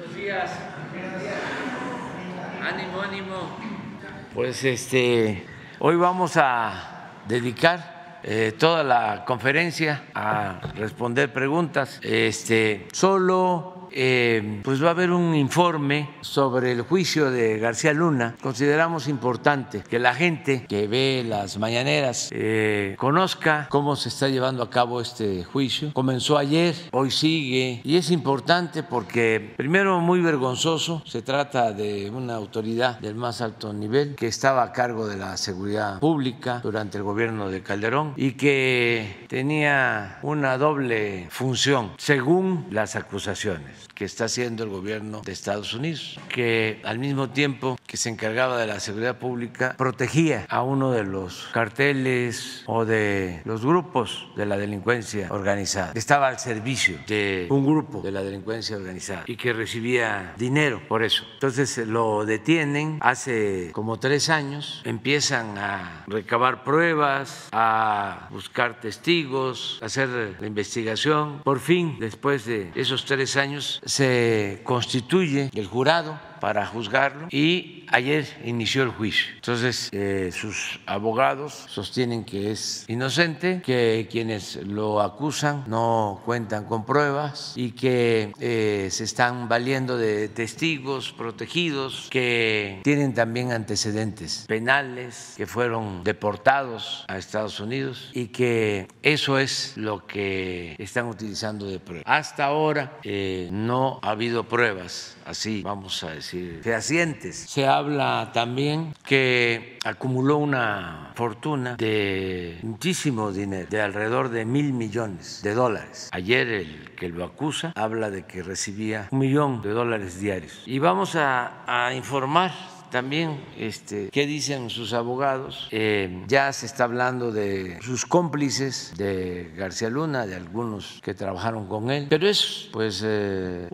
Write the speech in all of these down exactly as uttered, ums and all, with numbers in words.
Buenos días. Ánimo, ánimo. Pues este, hoy vamos a dedicar eh, toda la conferencia a responder preguntas. Este, solo Eh, pues va a haber un informe sobre el juicio de García Luna. Consideramos importante que la gente que ve las mañaneras eh, conozca cómo se está llevando a cabo este juicio. Comenzó ayer, hoy sigue, y es importante porque, primero, muy vergonzoso, se trata de una autoridad del más alto nivel que estaba a cargo de la seguridad pública durante el gobierno de Calderón y que tenía una doble función, según las acusaciones que está haciendo el gobierno de Estados Unidos, que al mismo tiempo que se encargaba de la seguridad pública, protegía a uno de los carteles o de los grupos de la delincuencia organizada. Estaba al servicio de un grupo de la delincuencia organizada y que recibía dinero por eso. Entonces lo detienen hace como tres años, empiezan a recabar pruebas, a buscar testigos, a hacer la investigación. Por fin, después de esos tres años, se constituye el jurado para juzgarlo y ayer inició el juicio. Entonces, eh, sus abogados sostienen que es inocente, que quienes lo acusan no cuentan con pruebas y que eh, se están valiendo de testigos protegidos que tienen también antecedentes penales, que fueron deportados a Estados Unidos y que eso es lo que están utilizando de prueba. Hasta ahora eh, no ha habido pruebas, así vamos a decir, fehacientes. Se habla también que acumuló una fortuna de muchísimo dinero, de alrededor de mil millones de dólares. Ayer el que lo acusa habla de que recibía un millón de dólares diarios. Y vamos a, a informar también este, qué dicen sus abogados. Eh, ya se está hablando de sus cómplices de García Luna, de algunos que trabajaron con él, pero es pues eh,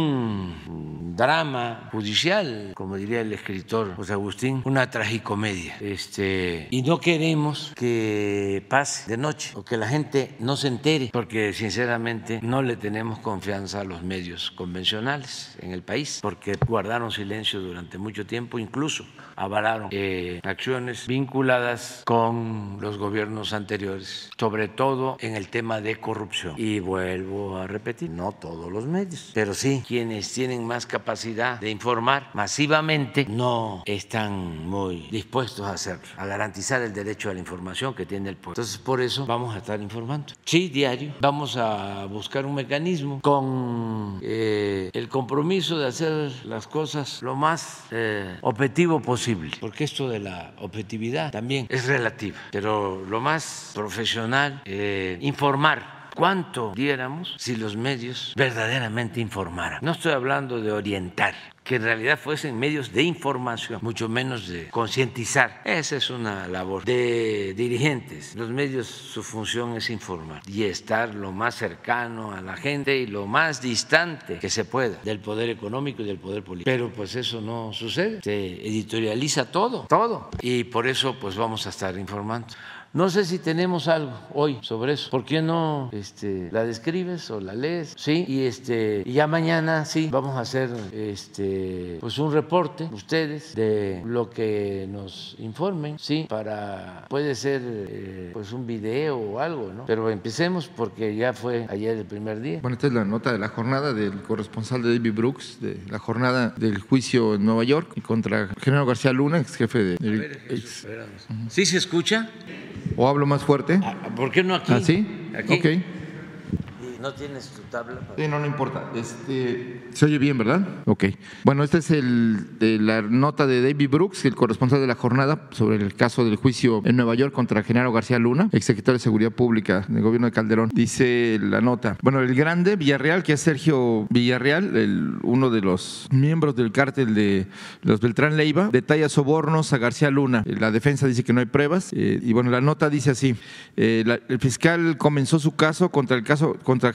un drama judicial, como diría el escritor José Agustín, una tragicomedia. Este, y no queremos que pase de noche o que la gente no se entere, porque sinceramente no le tenemos confianza a los medios convencionales en el país, porque guardaron silencio durante mucho tiempo, incluso avalaron eh, acciones vinculadas con los gobiernos anteriores, sobre todo en el tema de corrupción. Y vuelvo a repetir, no todos los medios, pero sí quienes tienen más capacidad de informar masivamente no están muy dispuestos a hacerlo, a garantizar el derecho a la información que tiene el pueblo. Entonces, por eso vamos a estar informando. Sí, diario. Vamos a buscar un mecanismo con eh, el compromiso de hacer las cosas lo más eh, objetivo posible, porque esto de la objetividad también es relativa, pero lo más profesional, eh, informar. ¿Cuánto diéramos si los medios verdaderamente informaran? No estoy hablando de orientar, que en realidad fuesen medios de información, mucho menos de concientizar. Esa es una labor de dirigentes. Los medios, su función es informar y estar lo más cercano a la gente y lo más distante que se pueda del poder económico y del poder político. Pero pues eso no sucede. Se editorializa todo, todo. Y por eso pues vamos a estar informando. No sé si tenemos algo hoy sobre eso. ¿Por qué no este, la describes o la lees? Sí, y este y ya mañana sí vamos a hacer este pues un reporte ustedes de lo que nos informen, sí, para puede ser eh, pues un video o algo, ¿no? Pero empecemos porque ya fue ayer el primer día. Bueno, esta es la nota de la jornada del corresponsal de David Brooks, de la jornada del juicio en Nueva York y contra Genaro García Luna, ex jefe de. A ver, Jesús, ex... ¿Sí se escucha? ¿O hablo más fuerte? ¿Por qué no aquí? ¿Ah, sí? Aquí. Ok. ¿Y no tienes tu tabla? Sí, no, no importa. Este, se oye bien, ¿verdad? Ok. Bueno, esta es el, de la nota de David Brooks, el corresponsal de la jornada, sobre el caso del juicio en Nueva York contra Genaro García Luna, exsecretario de Seguridad Pública del gobierno de Calderón. Dice la nota. Bueno, el grande Villarreal, que es Sergio Villarreal, el, uno de los miembros del cártel de los Beltrán Leiva, detalla sobornos a García Luna. La defensa dice que no hay pruebas. Eh, y bueno, la nota dice así. Eh, la, el fiscal comenzó su caso contra el caso contra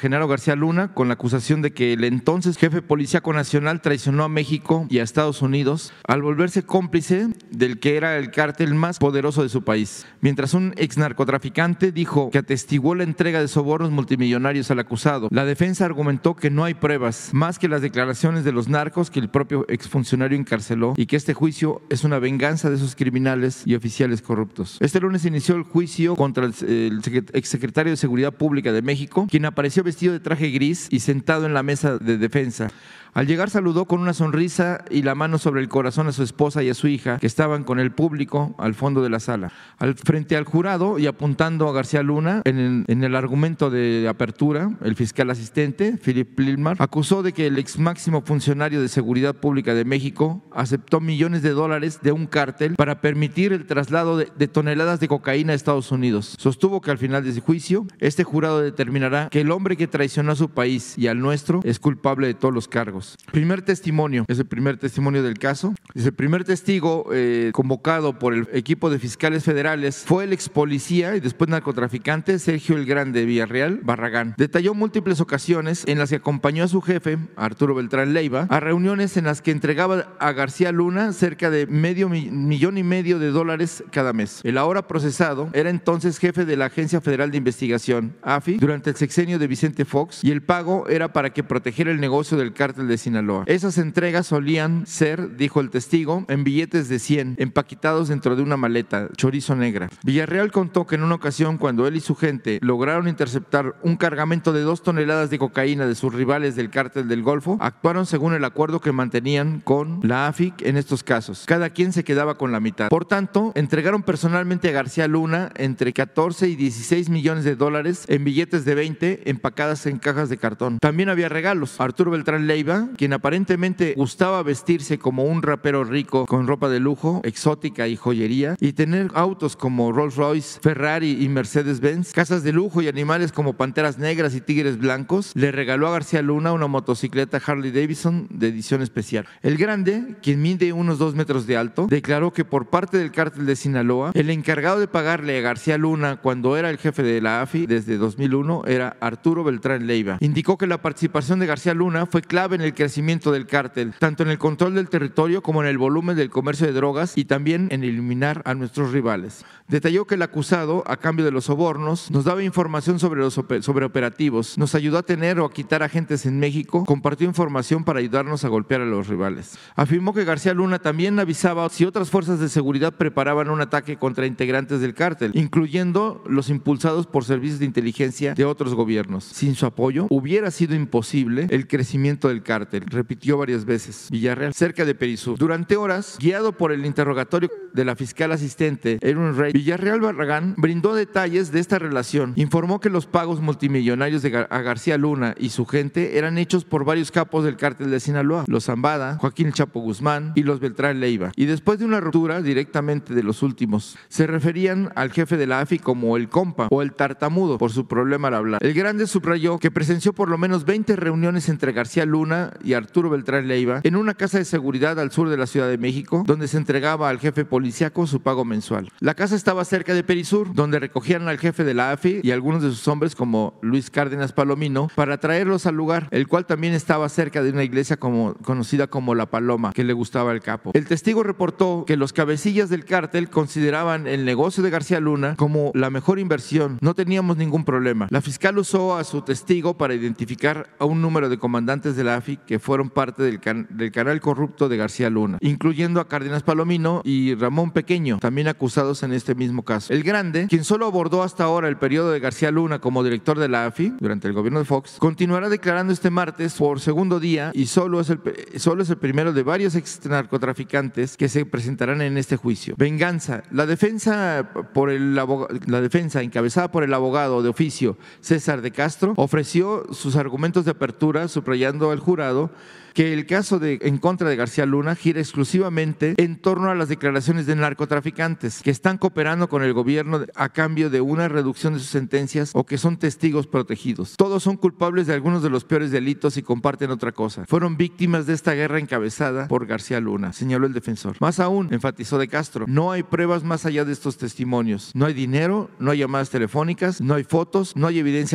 Genaro García Luna con la acusación de que el entonces jefe policíaco nacional traicionó a México y a Estados Unidos al volverse cómplice del que era el cártel más poderoso de su país. Mientras un ex narcotraficante dijo que atestiguó la entrega de sobornos multimillonarios al acusado, la defensa argumentó que no hay pruebas más que las declaraciones de los narcos que el propio exfuncionario encarceló y que este juicio es una venganza de esos criminales y oficiales corruptos. Este lunes inició el juicio contra el, el exsecretario de Seguridad Pública de México, quien apareció vestido de traje gris y sentado en la mesa de defensa. Al llegar saludó con una sonrisa y la mano sobre el corazón a su esposa y a su hija, que estaban con el público al fondo de la sala. Al frente al jurado y apuntando a García Luna, en el, en el argumento de apertura, el fiscal asistente, Philip Plilmar, acusó de que el ex máximo funcionario de Seguridad Pública de México aceptó millones de dólares de un cártel para permitir el traslado de, de toneladas de cocaína a Estados Unidos. Sostuvo que al final de ese juicio, este jurado determinará que el hombre que traicionó a su país y al nuestro es culpable de todos los cargos. Primer testimonio, es el primer testimonio del caso. Es el primer testigo eh, convocado por el equipo de fiscales federales fue el ex policía y después narcotraficante Sergio el Grande Villarreal Barragán. Detalló múltiples ocasiones en las que acompañó a su jefe, Arturo Beltrán Leiva, a reuniones en las que entregaba a García Luna cerca de medio mi millón y medio de dólares cada mes. El ahora procesado era entonces jefe de la Agencia Federal de Investigación, A F I, durante el sexenio de Vicente Fox, y el pago era para que protegiera el negocio del cártel de Sinaloa. Esas entregas solían ser, dijo el testigo, en billetes de cien, empaquetados dentro de una maleta, chorizo negra. Villarreal contó que en una ocasión, cuando él y su gente lograron interceptar un cargamento de dos toneladas de cocaína de sus rivales del cártel del Golfo, actuaron según el acuerdo que mantenían con la A F I C en estos casos. Cada quien se quedaba con la mitad. Por tanto, entregaron personalmente a García Luna entre catorce y dieciséis millones de dólares en billetes de veinte empacadas en cajas de cartón. También había regalos. Arturo Beltrán Leiva, quien aparentemente gustaba vestirse como un rapero rico con ropa de lujo, exótica y joyería, y tener autos como Rolls Royce, Ferrari y Mercedes-Benz, casas de lujo y animales como panteras negras y tigres blancos, le regaló a García Luna una motocicleta Harley Davidson de edición especial. El Grande, quien mide unos dos metros de alto, declaró que por parte del cártel de Sinaloa, el encargado de pagarle a García Luna cuando era el jefe de la A F I desde dos mil uno era Arturo Beltrán Leiva. Indicó que la participación de García Luna fue clave en el crecimiento del cártel, tanto en el control del territorio como en el volumen del comercio de drogas y también en eliminar a nuestros rivales. Detalló que el acusado, a cambio de los sobornos, nos daba información sobre los oper sobre operativos, nos ayudó a tener o a quitar agentes en México, compartió información para ayudarnos a golpear a los rivales. Afirmó que García Luna también avisaba si otras fuerzas de seguridad preparaban un ataque contra integrantes del cártel, incluyendo los impulsados por servicios de inteligencia de otros gobiernos. Sin su apoyo, hubiera sido imposible el crecimiento del cártel, repitió varias veces Villarreal, cerca de Perisur. Durante horas, guiado por el interrogatorio de la fiscal asistente Erin Rey, Villarreal Barragán brindó detalles de esta relación. Informó que los pagos multimillonarios de Gar a García Luna y su gente eran hechos por varios capos del cártel de Sinaloa, los Zambada, Joaquín El Chapo Guzmán y los Beltrán Leiva. Y después de una ruptura directamente de los últimos, se referían al jefe de la A F I como el compa o el tartamudo por su problema al hablar. El Grande subrayó que presenció por lo menos veinte reuniones entre García Luna y Arturo Beltrán Leiva en una casa de seguridad al sur de la Ciudad de México, donde se entregaba al jefe policíaco su pago mensual. La casa estaba cerca de Perisur, donde recogían al jefe de la A F I y algunos de sus hombres como Luis Cárdenas Palomino para traerlos al lugar, el cual también estaba cerca de una iglesia como, conocida como La Paloma, que le gustaba al capo. El testigo reportó que los cabecillas del cártel consideraban el negocio de García Luna como la mejor inversión. No teníamos ningún problema. La fiscal usó a su testigo para identificar a un número de comandantes de la A F I que fueron parte del, can del canal corrupto de García Luna, incluyendo a Cárdenas Palomino y Ramón Pequeño, también acusados en este mismo caso. El Grande, quien solo abordó hasta ahora el periodo de García Luna como director de la A F I durante el gobierno de Fox, continuará declarando este martes por segundo día y solo es el, solo es el primero de varios ex narcotraficantes que se presentarán en este juicio. Venganza. La defensa, por el la defensa encabezada por el abogado de oficio César de Castro ofreció sus argumentos de apertura, subrayando al jurado que el caso de, en contra de García Luna gira exclusivamente en torno a las declaraciones de narcotraficantes que están cooperando con el gobierno a cambio de una reducción de sus sentencias o que son testigos protegidos. Todos son culpables de algunos de los peores delitos y comparten otra cosa. Fueron víctimas de esta guerra encabezada por García Luna, señaló el defensor. Más aún, enfatizó de Castro, no hay pruebas más allá de estos testimonios. No hay dinero, no hay llamadas telefónicas, no hay fotos, no hay evidencia creíble.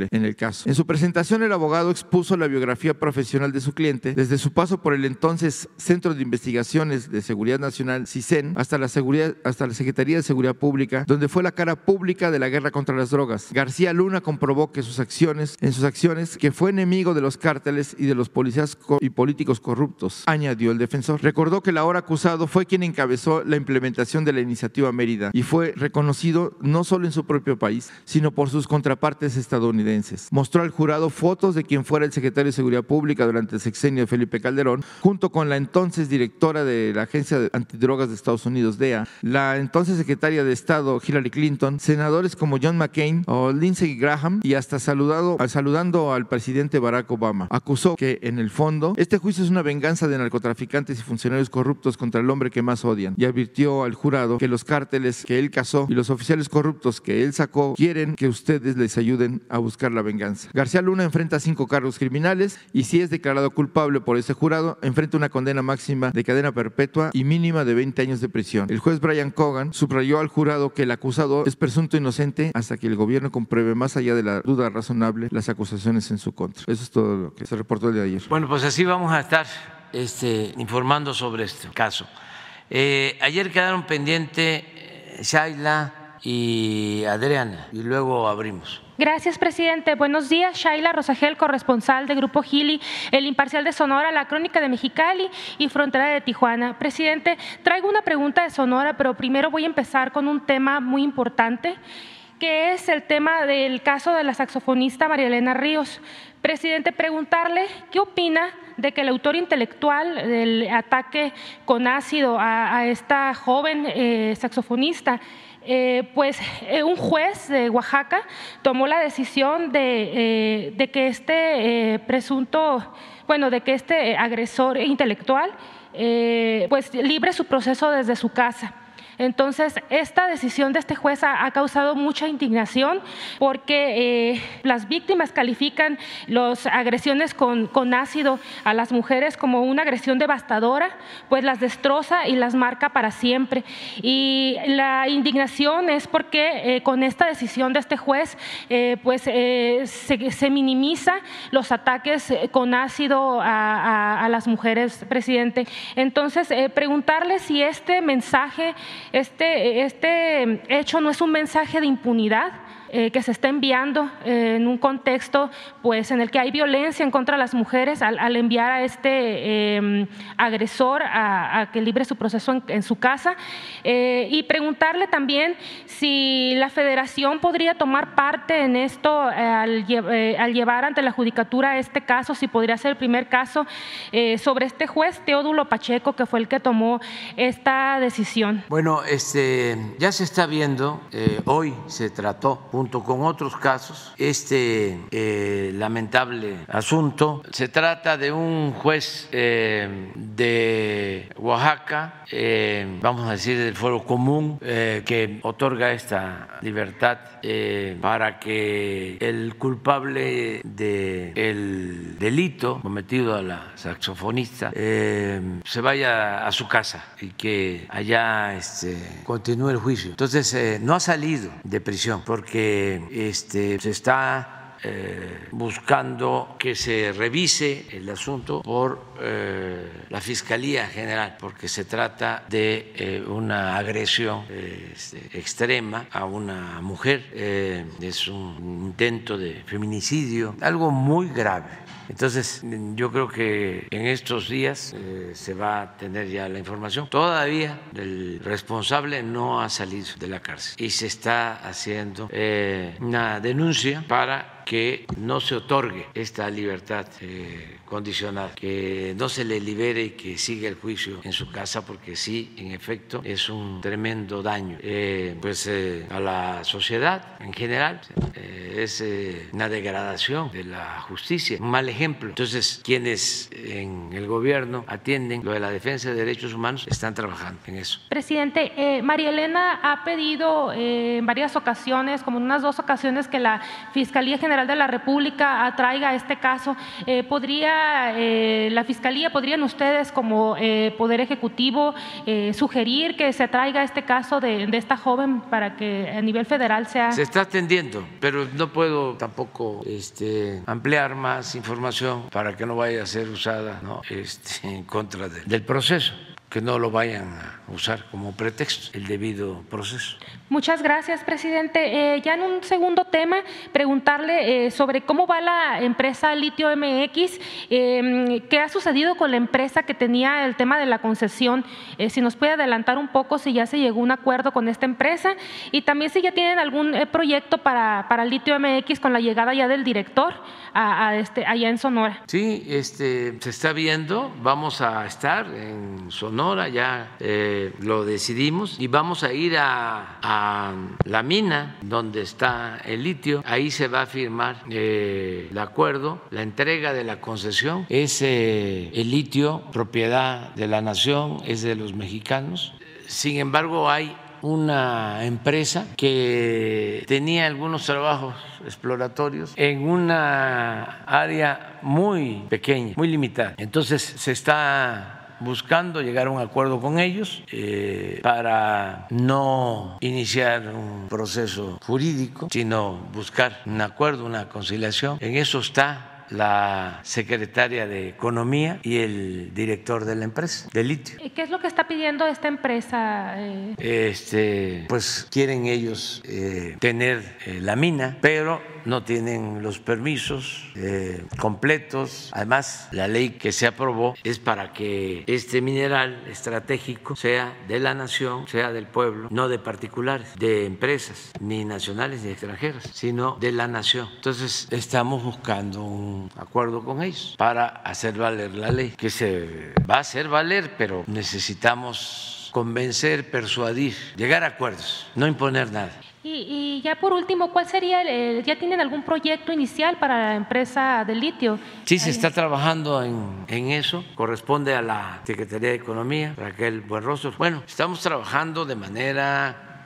posible en el caso. En su presentación, el abogado expuso la biografía profesional de su cliente, desde su paso por el entonces Centro de Investigaciones de Seguridad Nacional, CISEN, hasta la, seguridad, hasta la Secretaría de Seguridad Pública, donde fue la cara pública de la guerra contra las drogas. García Luna comprobó que sus acciones, en sus acciones que fue enemigo de los cárteles y de los policías y políticos corruptos, añadió el defensor. Recordó que el ahora acusado fue quien encabezó la implementación de la iniciativa Mérida y fue reconocido no solo en su propio país, sino por sus contrapartes estadounidenses. Mostró al jurado fotos de quien fuera el secretario de Seguridad Pública durante el sexenio de Felipe Calderón, junto con la entonces directora de la Agencia Antidrogas de Estados Unidos, D E A, la entonces secretaria de Estado Hillary Clinton, senadores como John McCain o Lindsey Graham y hasta saludado, saludando al presidente Barack Obama. Acusó que, en el fondo, este juicio es una venganza de narcotraficantes y funcionarios corruptos contra el hombre que más odian, y advirtió al jurado que los cárteles que él cazó y los oficiales corruptos que él sacó quieren que ustedes les ayuden a buscar la venganza. García Luna enfrenta cinco cargos criminales y, si es declarado culpable por este jurado, enfrenta una condena máxima de cadena perpetua y mínima de veinte años de prisión. El juez Brian Cogan subrayó al jurado que el acusado es presunto inocente hasta que el gobierno compruebe, más allá de la duda razonable, las acusaciones en su contra. Eso es todo lo que se reportó el día de ayer. Bueno, pues así vamos a estar este, informando sobre este caso. Eh, ayer quedaron pendientes Shaila y Adriana y luego abrimos. Gracias, presidente. Buenos días, Shaila Rosagel, corresponsal de Grupo Gili, El Imparcial de Sonora, La Crónica de Mexicali y Frontera de Tijuana. Presidente, traigo una pregunta de Sonora, pero primero voy a empezar con un tema muy importante, que es el tema del caso de la saxofonista María Elena Ríos. Presidente, preguntarle qué opina de que el autor intelectual del ataque con ácido a, a esta joven eh, saxofonista, Eh, pues eh, un juez de Oaxaca tomó la decisión de, eh, de que este eh, presunto, bueno, de que este agresor intelectual eh, pues libre su proceso desde su casa. Entonces, esta decisión de este juez ha, ha causado mucha indignación porque eh, las víctimas califican las agresiones con, con ácido a las mujeres como una agresión devastadora, pues las destroza y las marca para siempre. Y la indignación es porque eh, con esta decisión de este juez, eh, pues eh, se, se minimiza los ataques con ácido a, a, a las mujeres, presidente. Entonces, eh, preguntarle si este mensaje Este, este hecho no es un mensaje de impunidad eh, que se está enviando eh, en un contexto pues, en el que hay violencia en contra de las mujeres al, al enviar a este eh, agresor a, a que libre su proceso en, en su casa. Eh, y preguntarle también si la Federación podría tomar parte en esto eh, al, eh, al llevar ante la Judicatura este caso, si podría ser el primer caso eh, sobre este juez Teodulo Pacheco, que fue el que tomó esta decisión. Bueno, este, ya se está viendo, eh, hoy se trató junto con otros casos este eh, lamentable asunto. Se trata de un juez eh, de Oaxaca, eh, vamos a decir del Foro Común, eh, que otorga esta libertad eh, para que el culpable del delito cometido a la saxofonista eh, se vaya a su casa y que allá este, continúe el juicio. Entonces eh, no ha salido de prisión porque este, se está eh, buscando que se revise el asunto por eh, la Fiscalía General, porque se trata de eh, una agresión eh, este, extrema a una mujer, eh, es un intento de feminicidio, algo muy grave. Entonces, yo creo que en estos días eh, se va a tener ya la información. Todavía el responsable no ha salido de la cárcel y se está haciendo eh, una denuncia para que no se otorgue esta libertad eh, condicional, que no se le libere y que siga el juicio en su casa, porque sí, en efecto, es un tremendo daño eh, pues, eh, a la sociedad en general, eh, es eh, una degradación de la justicia, un mal ejemplo. Entonces, quienes en el gobierno atienden lo de la defensa de derechos humanos están trabajando en eso. Presidente, eh, María Elena ha pedido eh, en varias ocasiones, como en unas dos ocasiones, que la Fiscalía General de la República atraiga este caso. Eh, ¿Podría eh, la Fiscalía, podrían ustedes como eh, Poder Ejecutivo eh, sugerir que se traiga este caso de, de esta joven para que a nivel federal sea? Se está atendiendo, pero no no puedo tampoco este, ampliar más información para que no vaya a ser usada, ¿no? este, en contra de, del proceso, que no lo vayan a usar como pretexto, el debido proceso. Muchas gracias, presidente. Eh, ya en un segundo tema, preguntarle eh, sobre cómo va la empresa Litio M X, eh, qué ha sucedido con la empresa que tenía el tema de la concesión, eh, si nos puede adelantar un poco si ya se llegó a un acuerdo con esta empresa y también si ya tienen algún eh, proyecto para, para Litio M X con la llegada ya del director a, a este, allá en Sonora. Sí, este, se está viendo, vamos a estar en Sonora, ya eh, lo decidimos y vamos a ir a, a la mina donde está el litio. Ahí se va a firmar eh, el acuerdo, la entrega de la concesión. Es eh, el litio propiedad de la nación, es de los mexicanos. Sin embargo, hay una empresa que tenía algunos trabajos exploratorios en una área muy pequeña, muy limitada. Entonces se está buscando llegar a un acuerdo con ellos eh, para no iniciar un proceso jurídico, sino buscar un acuerdo, una conciliación. En eso está la secretaria de Economía y el director de la empresa de litio. ¿Qué es lo que está pidiendo esta empresa? Eh... Este, pues quieren ellos eh, tener eh, la mina, pero no tienen los permisos eh, completos. Además, la ley que se aprobó es para que este mineral estratégico sea de la nación, sea del pueblo, no de particulares, de empresas, ni nacionales ni extranjeras, sino de la nación. Entonces, estamos buscando un acuerdo con ellos para hacer valer la ley, que se va a hacer valer, pero necesitamos convencer, persuadir, llegar a acuerdos, no imponer nada. Y, y ya por último, ¿cuál sería el, ¿ya tienen algún proyecto inicial para la empresa de litio? Sí, se está trabajando en, en eso, corresponde a la Secretaría de Economía, Raquel Buenrostro. Bueno, estamos trabajando de manera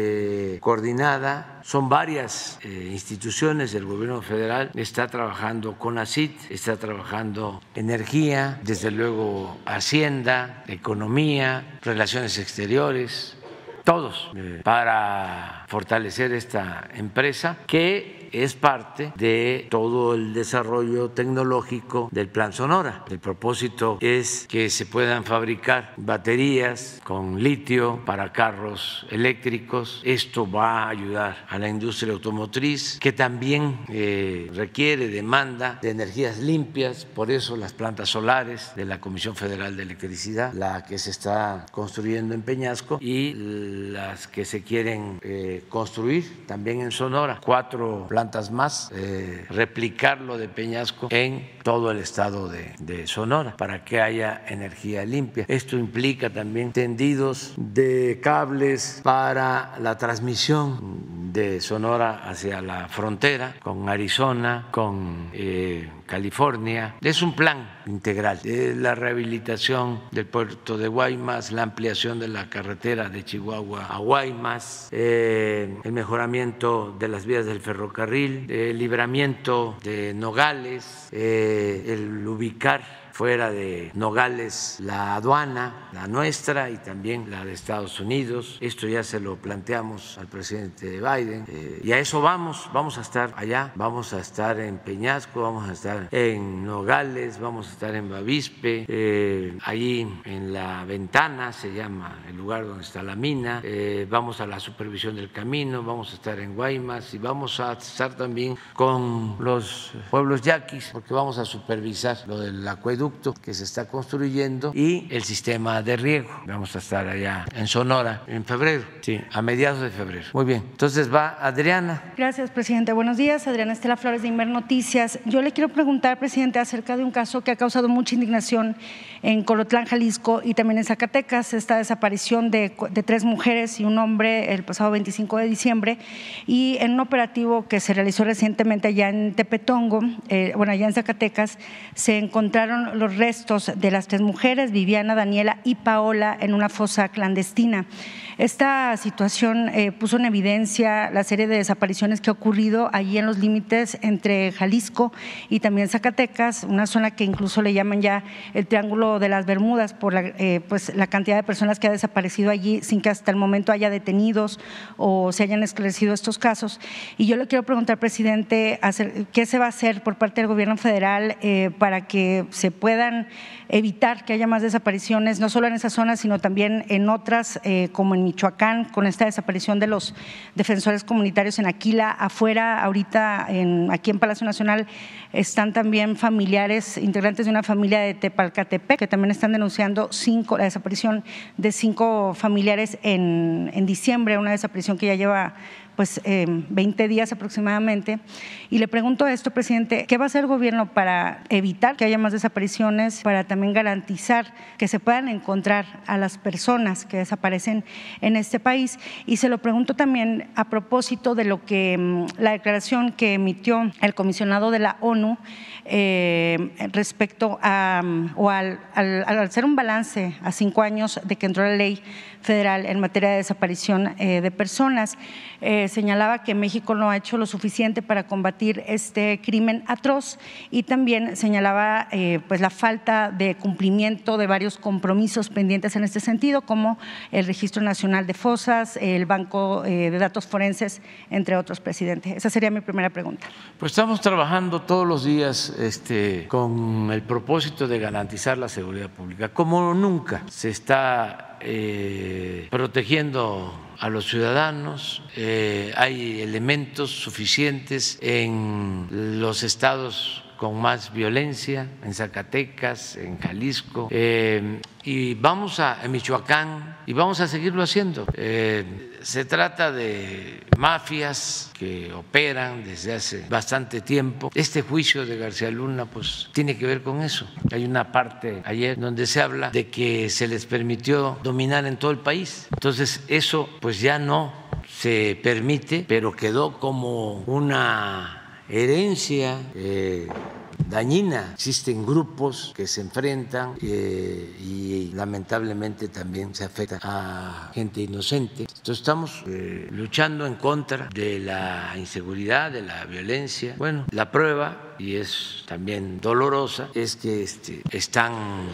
eh, coordinada, son varias eh, instituciones del gobierno federal, está trabajando CONACYT, está trabajando Energía, desde luego Hacienda, Economía, Relaciones Exteriores, todos, eh, para fortalecer esta empresa que es parte de todo el desarrollo tecnológico del Plan Sonora. El propósito es que se puedan fabricar baterías con litio para carros eléctricos. Esto va a ayudar a la industria automotriz, que también eh, requiere, demanda de energías limpias, por eso las plantas solares de la Comisión Federal de Electricidad, la que se está construyendo en Peñasco y las que se quieren eh, construir también en Sonora, cuatro plantas más, eh, replicar lo de Peñasco en todo el estado de, de Sonora para que haya energía limpia. Esto implica también tendidos de cables para la transmisión de Sonora hacia la frontera con Arizona, con eh, California. Es un plan integral, es la rehabilitación del puerto de Guaymas, la ampliación de la carretera de Chihuahua a Guaymas, eh, el mejoramiento de las vías del ferrocarril, el libramiento de Nogales, eh, el ubicar fuera de Nogales la aduana, la nuestra y también la de Estados Unidos. Esto ya se lo planteamos al presidente Biden eh, y a eso vamos, vamos a estar allá, vamos a estar en Peñasco, vamos a estar en Nogales, vamos a estar en Bavispe, eh, allí en La Ventana se llama el lugar donde está la mina, eh, vamos a la supervisión del camino, vamos a estar en Guaymas y vamos a estar también con los pueblos yaquis porque vamos a supervisar lo del acueducto que se está construyendo y el sistema de riego. Vamos a estar allá en Sonora en febrero, sí, a mediados de febrero. Muy bien, entonces va Adriana. Gracias, presidente. Buenos días, Adriana Estela Flores de Inmer Noticias. Yo le quiero preguntar, presidente, acerca de un caso que ha causado mucha indignación en Colotlán, Jalisco y también en Zacatecas, esta desaparición de, de tres mujeres y un hombre el pasado veinticinco de diciembre y en un operativo que se realizó recientemente allá en Tepetongo, eh, bueno, allá en Zacatecas, se encontraron los restos de las tres mujeres, Viviana, Daniela y Paola, en una fosa clandestina. Esta situación eh, puso en evidencia la serie de desapariciones que ha ocurrido allí en los límites entre Jalisco y también Zacatecas, una zona que incluso le llaman ya el Triángulo de las Bermudas por la, eh, pues, la cantidad de personas que ha desaparecido allí sin que hasta el momento haya detenidos o se hayan esclarecido estos casos. Y yo le quiero preguntar, presidente, hacer, ¿qué se va a hacer por parte del gobierno federal eh, para que se puedan evitar que haya más desapariciones, no solo en esa zona, sino también en otras, eh, como en Michoacán, con esta desaparición de los defensores comunitarios en Aquila? Afuera, ahorita en, aquí en Palacio Nacional, están también familiares, integrantes de una familia de Tepalcatepec, que también están denunciando cinco, la desaparición de cinco familiares en, en diciembre, una desaparición que ya lleva pues eh, veinte días aproximadamente. Y le pregunto esto, presidente, ¿qué va a hacer el gobierno para evitar que haya más desapariciones, para también garantizar que se puedan encontrar a las personas que desaparecen en este país? Y se lo pregunto también a propósito de lo que la declaración que emitió el comisionado de la ONU eh, respecto a, o al, al, al hacer un balance a cinco años de que entró la ley federal en materia de desaparición eh, de personas. Eh, señalaba que México no ha hecho lo suficiente para combatir este crimen atroz y también señalaba eh, pues la falta de cumplimiento de varios compromisos pendientes en este sentido, como el Registro Nacional de Fosas, el Banco eh, de Datos Forenses, entre otros, presidente. Esa sería mi primera pregunta. Pues estamos trabajando todos los días este, con el propósito de garantizar la seguridad pública. Como nunca se está Eh, protegiendo a los ciudadanos, eh, hay elementos suficientes en los estados con más violencia, en Zacatecas, en Jalisco, eh, y vamos a en Michoacán y vamos a seguirlo haciendo. Eh, se trata de mafias que operan desde hace bastante tiempo. Este juicio de García Luna pues tiene que ver con eso. Hay una parte ayer donde se habla de que se les permitió dominar en todo el país. Entonces eso pues ya no se permite, pero quedó como una herencia eh, dañina. Existen grupos que se enfrentan eh, y lamentablemente también se afecta a gente inocente. Entonces estamos eh, luchando en contra de la inseguridad, de la violencia. Bueno, la prueba, y es también dolorosa, es que este, están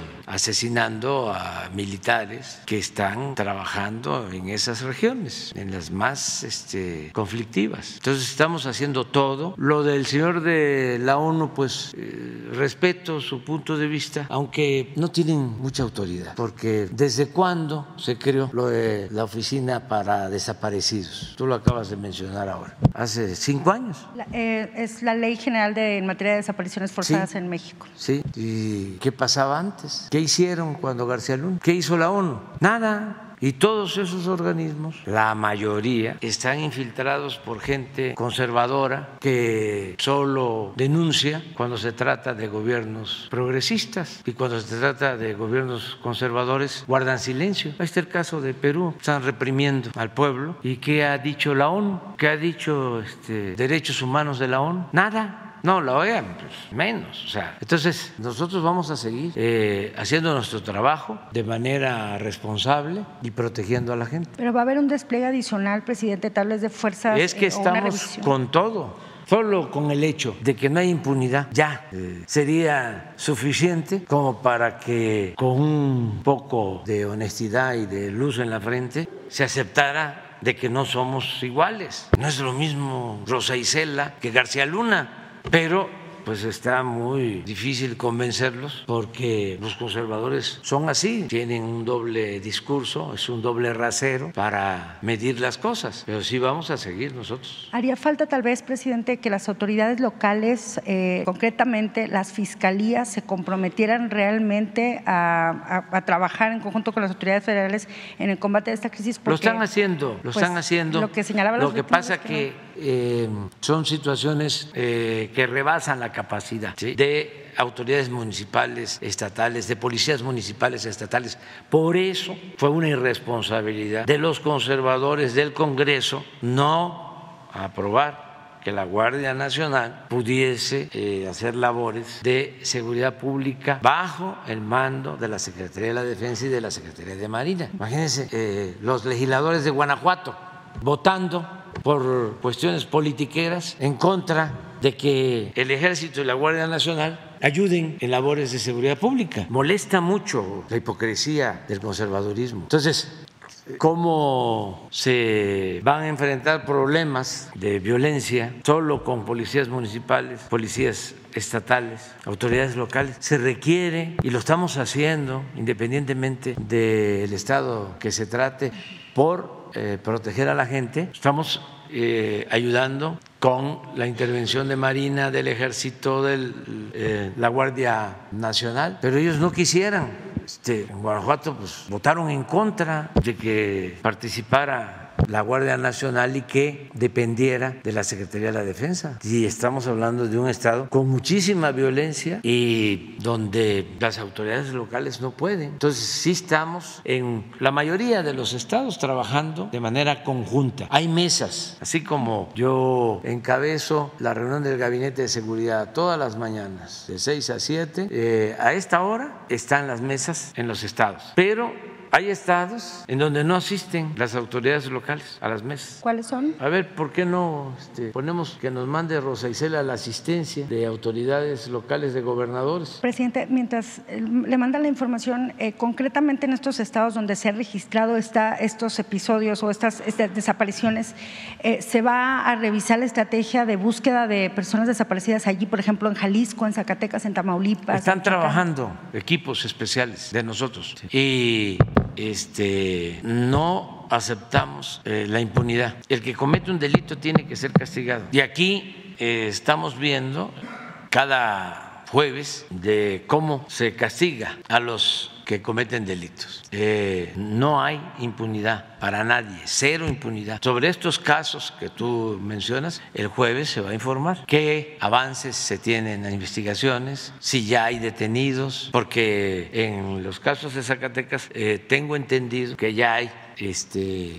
asesinando a militares que están trabajando en esas regiones, en las más este, conflictivas. Entonces estamos haciendo todo. Lo del señor de la ONU, pues eh, respeto su punto de vista, aunque no tienen mucha autoridad, porque ¿desde cuándo se creó lo de la Oficina para Desaparecidos? Tú lo acabas de mencionar ahora. Hace cinco años. La, eh, es la Ley General de en materia de desapariciones forzadas sí, en México. Sí. ¿Y qué pasaba antes? ¿Qué hicieron cuando García Luna? ¿Qué hizo la ONU? Nada. Y todos esos organismos, la mayoría, están infiltrados por gente conservadora que solo denuncia cuando se trata de gobiernos progresistas y cuando se trata de gobiernos conservadores guardan silencio. Ahí está el caso de Perú, están reprimiendo al pueblo. ¿Y qué ha dicho la ONU? ¿Qué ha dicho este, Derechos Humanos de la ONU? Nada. No, la O E A, pues menos. O sea, entonces nosotros vamos a seguir eh, haciendo nuestro trabajo de manera responsable y protegiendo a la gente. Pero va a haber un despliegue adicional, presidente, tal vez de fuerzas. Es que eh, estamos con todo. Solo con el hecho de que no hay impunidad ya eh, sería suficiente como para que con un poco de honestidad y de luz en la frente se aceptara de que no somos iguales. No es lo mismo Rosa Isela que García Luna. Pero pues está muy difícil convencerlos porque los conservadores son así, tienen un doble discurso, es un doble rasero para medir las cosas, pero sí vamos a seguir nosotros. Haría falta tal vez, presidente, que las autoridades locales, eh, concretamente las fiscalías, se comprometieran realmente a, a, a trabajar en conjunto con las autoridades federales en el combate de esta crisis. Porque, lo están haciendo, lo pues, están haciendo. Lo que señalaba Lo que pasa que, que eh, son situaciones eh, que rebasan la capacidad ¿sí? de autoridades municipales, estatales, de policías municipales, estatales. Por eso fue una irresponsabilidad de los conservadores del Congreso no aprobar que la Guardia Nacional pudiese eh, hacer labores de seguridad pública bajo el mando de la Secretaría de la Defensa y de la Secretaría de Marina. Imagínense eh, los legisladores de Guanajuato votando por cuestiones politiqueras en contra de que el Ejército y la Guardia Nacional ayuden en labores de seguridad pública. Molesta mucho la hipocresía del conservadurismo. Entonces, ¿cómo se van a enfrentar problemas de violencia solo con policías municipales, policías estatales, autoridades locales? Se requiere, y lo estamos haciendo independientemente del estado que se trate, por eh, proteger a la gente. Estamos eh, ayudando con la intervención de Marina, del Ejército, de eh, la Guardia Nacional, pero ellos no quisieran. Este, en Guanajuato pues, votaron en contra de que participara la Guardia Nacional y que dependiera de la Secretaría de la Defensa. Y estamos hablando de un estado con muchísima violencia y donde las autoridades locales no pueden. Entonces sí estamos en la mayoría de los estados trabajando de manera conjunta. Hay mesas, así como yo encabezo la reunión del Gabinete de Seguridad todas las mañanas de seis a siete, eh, a esta hora están las mesas en los estados, pero hay estados en donde no asisten las autoridades locales a las mesas. ¿Cuáles son? A ver, ¿por qué no este, ponemos que nos mande Rosa Isela la asistencia de autoridades locales, de gobernadores? Presidente, mientras le mandan la información, eh, concretamente en estos estados donde se han registrado esta, estos episodios o estas, estas desapariciones, eh, ¿se va a revisar la estrategia de búsqueda de personas desaparecidas allí, por ejemplo, en Jalisco, en Zacatecas, en Tamaulipas? Están trabajando equipos especiales de nosotros y este no aceptamos eh, la impunidad. El que comete un delito tiene que ser castigado. Y aquí eh, estamos viendo cada jueves de cómo se castiga a los que cometen delitos. Eh, no hay impunidad para nadie, cero impunidad. Sobre estos casos que tú mencionas, el jueves se va a informar qué avances se tienen en investigaciones, si ya hay detenidos, porque en los casos de Zacatecas eh, tengo entendido que ya hay este,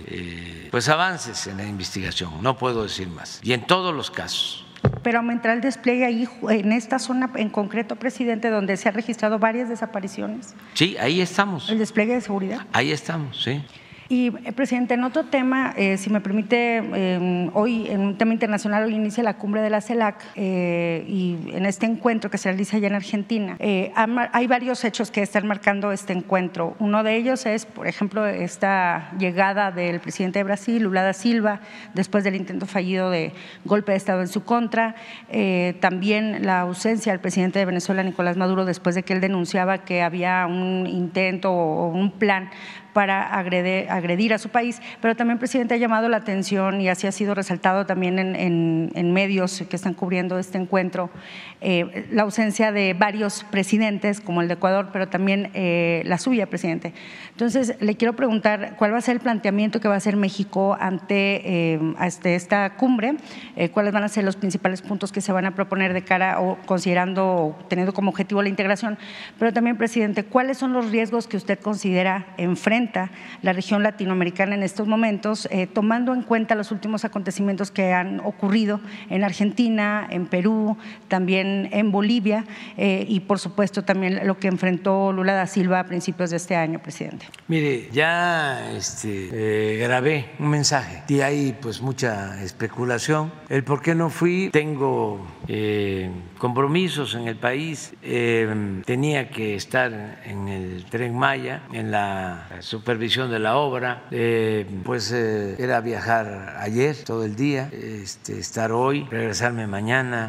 eh, pues avances en la investigación, no puedo decir más, y en todos los casos. Pero aumentará el despliegue ahí, en esta zona en concreto, presidente, donde se han registrado varias desapariciones. Sí, ahí estamos. ¿El despliegue de seguridad? Ahí estamos, sí. Y, eh, presidente, en otro tema, eh, si me permite, eh, hoy en un tema internacional, hoy inicia la cumbre de la CELAC eh, y en este encuentro que se realiza allá en Argentina, eh, hay varios hechos que están marcando este encuentro. Uno de ellos es, por ejemplo, esta llegada del presidente de Brasil, Lula da Silva, después del intento fallido de golpe de Estado en su contra. Eh, también la ausencia del presidente de Venezuela, Nicolás Maduro, después de que él denunciaba que había un intento o un plan para agredir, agredir a su país, pero también, presidente, ha llamado la atención y así ha sido resaltado también en, en, en medios que están cubriendo este encuentro, eh, la ausencia de varios presidentes, como el de Ecuador, pero también eh, la suya, presidente. Entonces, le quiero preguntar cuál va a ser el planteamiento que va a hacer México ante eh, este, esta cumbre, eh, cuáles van a ser los principales puntos que se van a proponer de cara o considerando o teniendo como objetivo la integración, pero también, presidente, cuáles son los riesgos que usted considera enfrenta la región latinoamericana en estos momentos, eh, tomando en cuenta los últimos acontecimientos que han ocurrido en Argentina, en Perú, también en Bolivia eh, y por supuesto también lo que enfrentó Lula da Silva a principios de este año, presidente. Mire, ya este, eh, grabé un mensaje y hay pues mucha especulación. El por qué no fui, tengo eh, compromisos en el país, eh, tenía que estar en el Tren Maya, en la supervisión de la obra, eh, pues eh, era viajar ayer todo el día, este, estar hoy, regresarme mañana,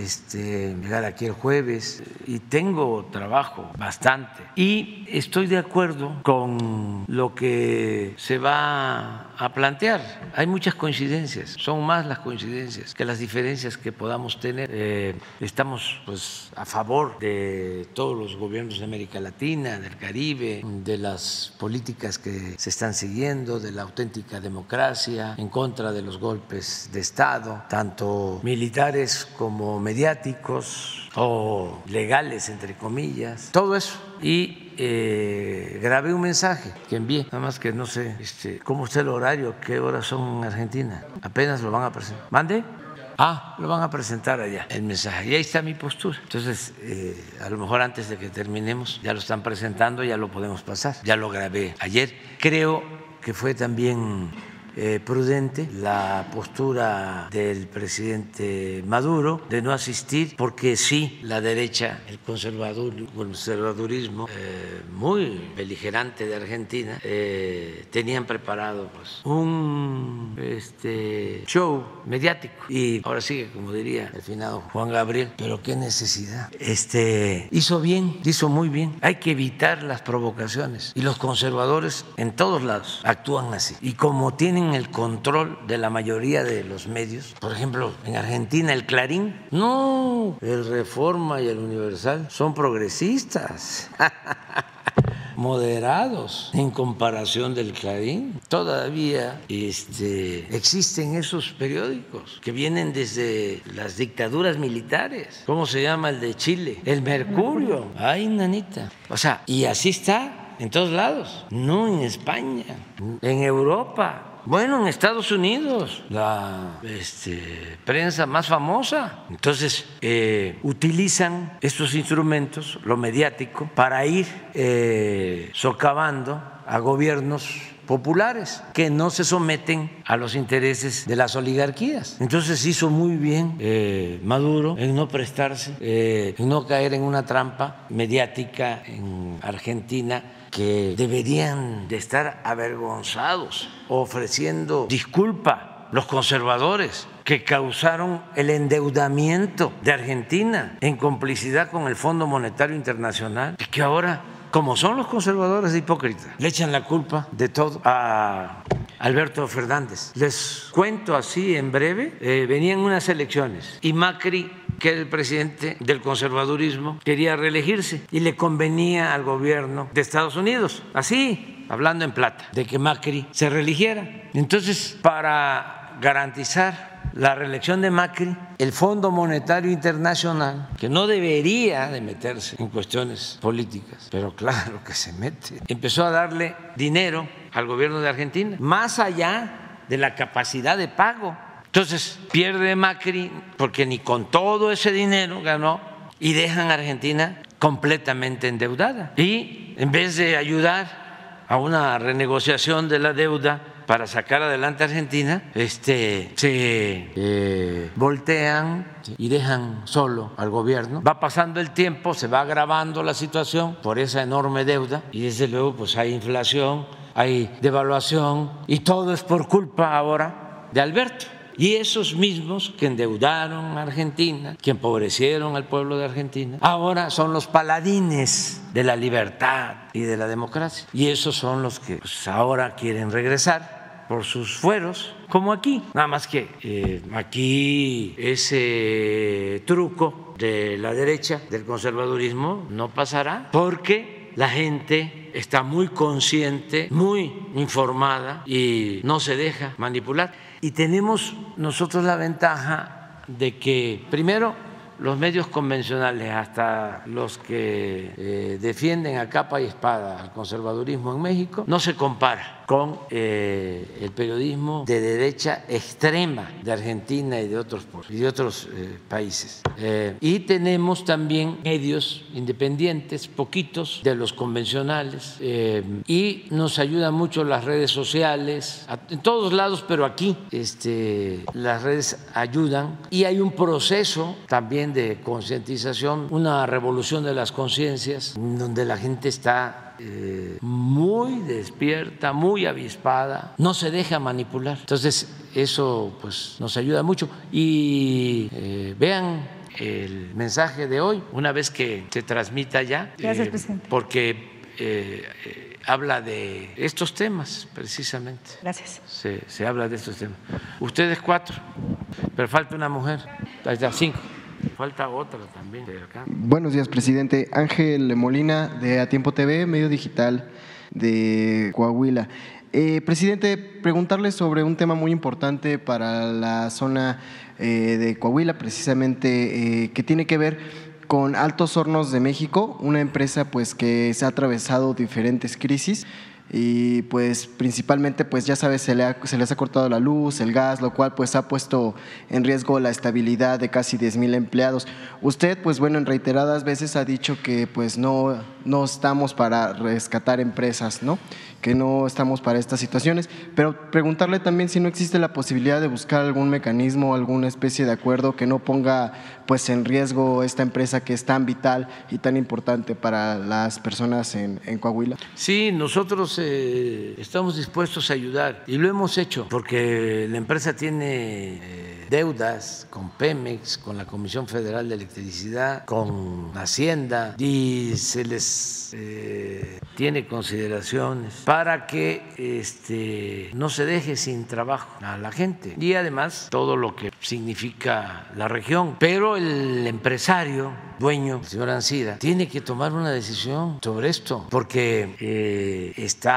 este, llegar aquí el jueves y tengo trabajo bastante y estoy de acuerdo con lo que se va a plantear. Hay muchas coincidencias, son más las coincidencias que las diferencias que podamos tener. Eh, estamos pues a favor de todos los gobiernos de América Latina, del Caribe, de las políticas que se están siguiendo, de la auténtica democracia, en contra de los golpes de Estado, tanto militares como mediáticos o legales, entre comillas, todo eso. Y eh, grabé un mensaje que envié, nada más que no sé este, cómo está el horario, qué horas son en Argentina, apenas lo van a presentar. ¿Mande? Ah, lo van a presentar allá, el mensaje. Y ahí está mi postura. Entonces, eh, a lo mejor antes de que terminemos, ya lo están presentando, ya lo podemos pasar. Ya lo grabé ayer. Creo que fue también Eh, prudente la postura del presidente Maduro de no asistir, porque sí, la derecha, el conservador, conservadurismo eh, muy beligerante de Argentina, eh, tenían preparado pues, un este, show mediático. Y ahora sigue, como diría el finado Juan Gabriel, pero qué necesidad. Este, hizo bien, hizo muy bien. Hay que evitar las provocaciones. Y los conservadores en todos lados actúan así. Y como tienen el control de la mayoría de los medios. Por ejemplo, en Argentina el Clarín, no, el Reforma y el Universal son progresistas, moderados en comparación del Clarín. Todavía este, existen esos periódicos que vienen desde las dictaduras militares. ¿Cómo se llama el de Chile? El Mercurio. Ay, nanita. O sea, y así está en todos lados, no en España, en Europa. Bueno, en Estados Unidos, la este, prensa más famosa. Entonces, eh, utilizan estos instrumentos, lo mediático, para ir eh, socavando a gobiernos populares que no se someten a los intereses de las oligarquías. Entonces hizo muy bien eh, Maduro en no prestarse, eh, en no caer en una trampa mediática en Argentina, que deberían de estar avergonzados, ofreciendo disculpa los conservadores que causaron el endeudamiento de Argentina en complicidad con el Fondo Monetario Internacional, y que ahora, como son los conservadores hipócritas, le echan la culpa de todo a Alberto Fernández. Les cuento así en breve, eh, venían unas elecciones y Macri, que era el presidente del conservadurismo, quería reelegirse y le convenía al gobierno de Estados Unidos, así, hablando en plata, de que Macri se reeligiera. Entonces, para garantizar la reelección de Macri, el Fondo Monetario Internacional, que no debería de meterse en cuestiones políticas, pero claro que se mete, empezó a darle dinero al gobierno de Argentina, más allá de la capacidad de pago. Entonces pierde Macri porque ni con todo ese dinero ganó, y dejan a Argentina completamente endeudada. Y en vez de ayudar a una renegociación de la deuda para sacar adelante a Argentina, este, se eh, voltean y dejan solo al gobierno. Va pasando el tiempo, se va agravando la situación por esa enorme deuda, y desde luego pues hay inflación, hay devaluación, y todo es por culpa ahora de Alberto. Y esos mismos que endeudaron a Argentina, que empobrecieron al pueblo de Argentina, ahora son los paladines de la libertad y de la democracia. Y esos son los que pues, ahora quieren regresar por sus fueros, como aquí. Nada más que eh, aquí ese truco de la derecha, del conservadurismo, no pasará, porque la gente está muy consciente, muy informada y no se deja manipular. Y tenemos nosotros la ventaja de que, primero, los medios convencionales, hasta los que eh, defienden a capa y espada al conservadurismo en México, no se compara con eh, el periodismo de derecha extrema de Argentina y de otros, y de otros eh, países. Eh, y tenemos también medios independientes, poquitos de los convencionales, eh, y nos ayudan mucho las redes sociales, a, en todos lados, pero aquí este, las redes ayudan, y hay un proceso también de concientización, una revolución de las conciencias, donde la gente está eh, muy despierta, muy avispada, no se deja manipular. Entonces eso pues nos ayuda mucho. Y eh, vean el mensaje de hoy, una vez que se transmita ya. Gracias, eh, presidente. Porque eh, eh, habla de estos temas precisamente. Gracias. Se, se habla de estos temas. Ustedes cuatro, pero falta una mujer. Ahí está, cinco. Falta otra también de acá. Buenos días, presidente. Ángel Molina, de A Tiempo T V, medio digital de Coahuila. Eh, presidente, preguntarle sobre un tema muy importante para la zona eh, de Coahuila, precisamente eh, que tiene que ver con Altos Hornos de México, una empresa pues que se ha atravesado diferentes crisis. y pues principalmente pues ya sabes se, le ha, se les ha cortado la luz, el gas, lo cual pues ha puesto en riesgo la estabilidad de casi diez mil empleados. Usted pues bueno en reiteradas veces ha dicho que pues no, no estamos para rescatar empresas, ¿no? Que no estamos para estas situaciones, pero preguntarle también si no existe la posibilidad de buscar algún mecanismo, alguna especie de acuerdo que no ponga pues en riesgo esta empresa que es tan vital y tan importante para las personas en, en Coahuila. Sí, nosotros eh, estamos dispuestos a ayudar y lo hemos hecho porque la empresa tiene eh, deudas con Pemex, con la Comisión Federal de Electricidad, con Hacienda y se les eh, tiene consideraciones para que este, no se deje sin trabajo a la gente y además todo lo que significa la región. Pero el empresario dueño, el señor Ancira, tiene que tomar una decisión sobre esto porque eh,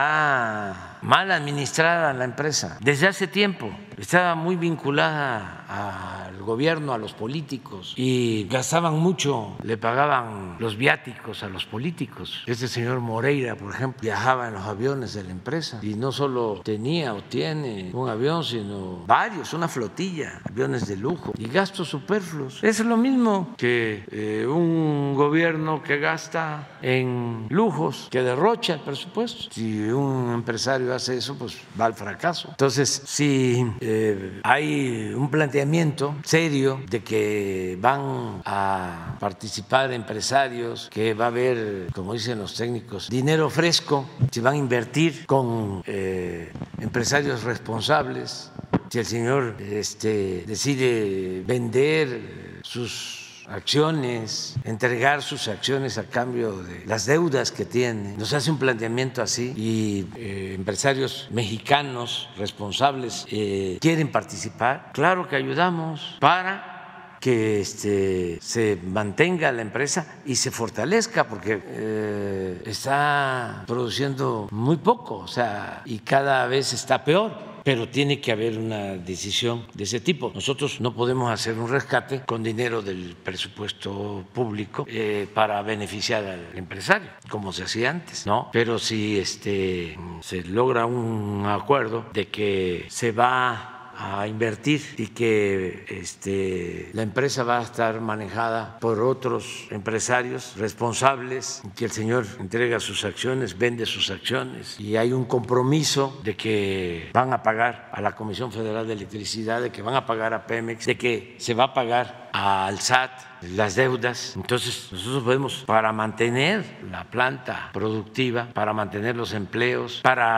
está mal administrada la empresa desde hace tiempo. Estaba muy vinculada al gobierno, a los políticos y gastaban mucho, le pagaban los viáticos a los políticos. Este señor Moreira, por ejemplo, viajaba en los aviones de la empresa y no solo tenía o tiene un avión, sino varios, una flotilla, aviones de lujo y gastos superfluos. Es lo mismo que eh, un gobierno que gasta en lujos, que derrocha el presupuesto. Si un empresario hace eso, pues va al fracaso. Entonces, si eh, hay un planteamiento serio de que van a participar empresarios, que va a haber, como dicen los técnicos, dinero fresco, si van a invertir con eh, empresarios responsables, si el señor este, decide vender sus acciones, entregar sus acciones a cambio de las deudas que tiene, nos hace un planteamiento así y eh, empresarios mexicanos responsables eh, quieren participar, claro que ayudamos para que este, se mantenga la empresa y se fortalezca porque eh, está produciendo muy poco, o sea, y cada vez está peor. Pero tiene que haber una decisión de ese tipo. Nosotros no podemos hacer un rescate con dinero del presupuesto público eh, para beneficiar al empresario, como se hacía antes, ¿no? Pero si este, se logra un acuerdo de que se va a invertir y que este, la empresa va a estar manejada por otros empresarios responsables, que el señor entrega sus acciones, vende sus acciones y hay un compromiso de que van a pagar a la Comisión Federal de Electricidad, de que van a pagar a Pemex, de que se va a pagar al S A T las deudas. Entonces nosotros podemos, para mantener la planta productiva, para mantener los empleos,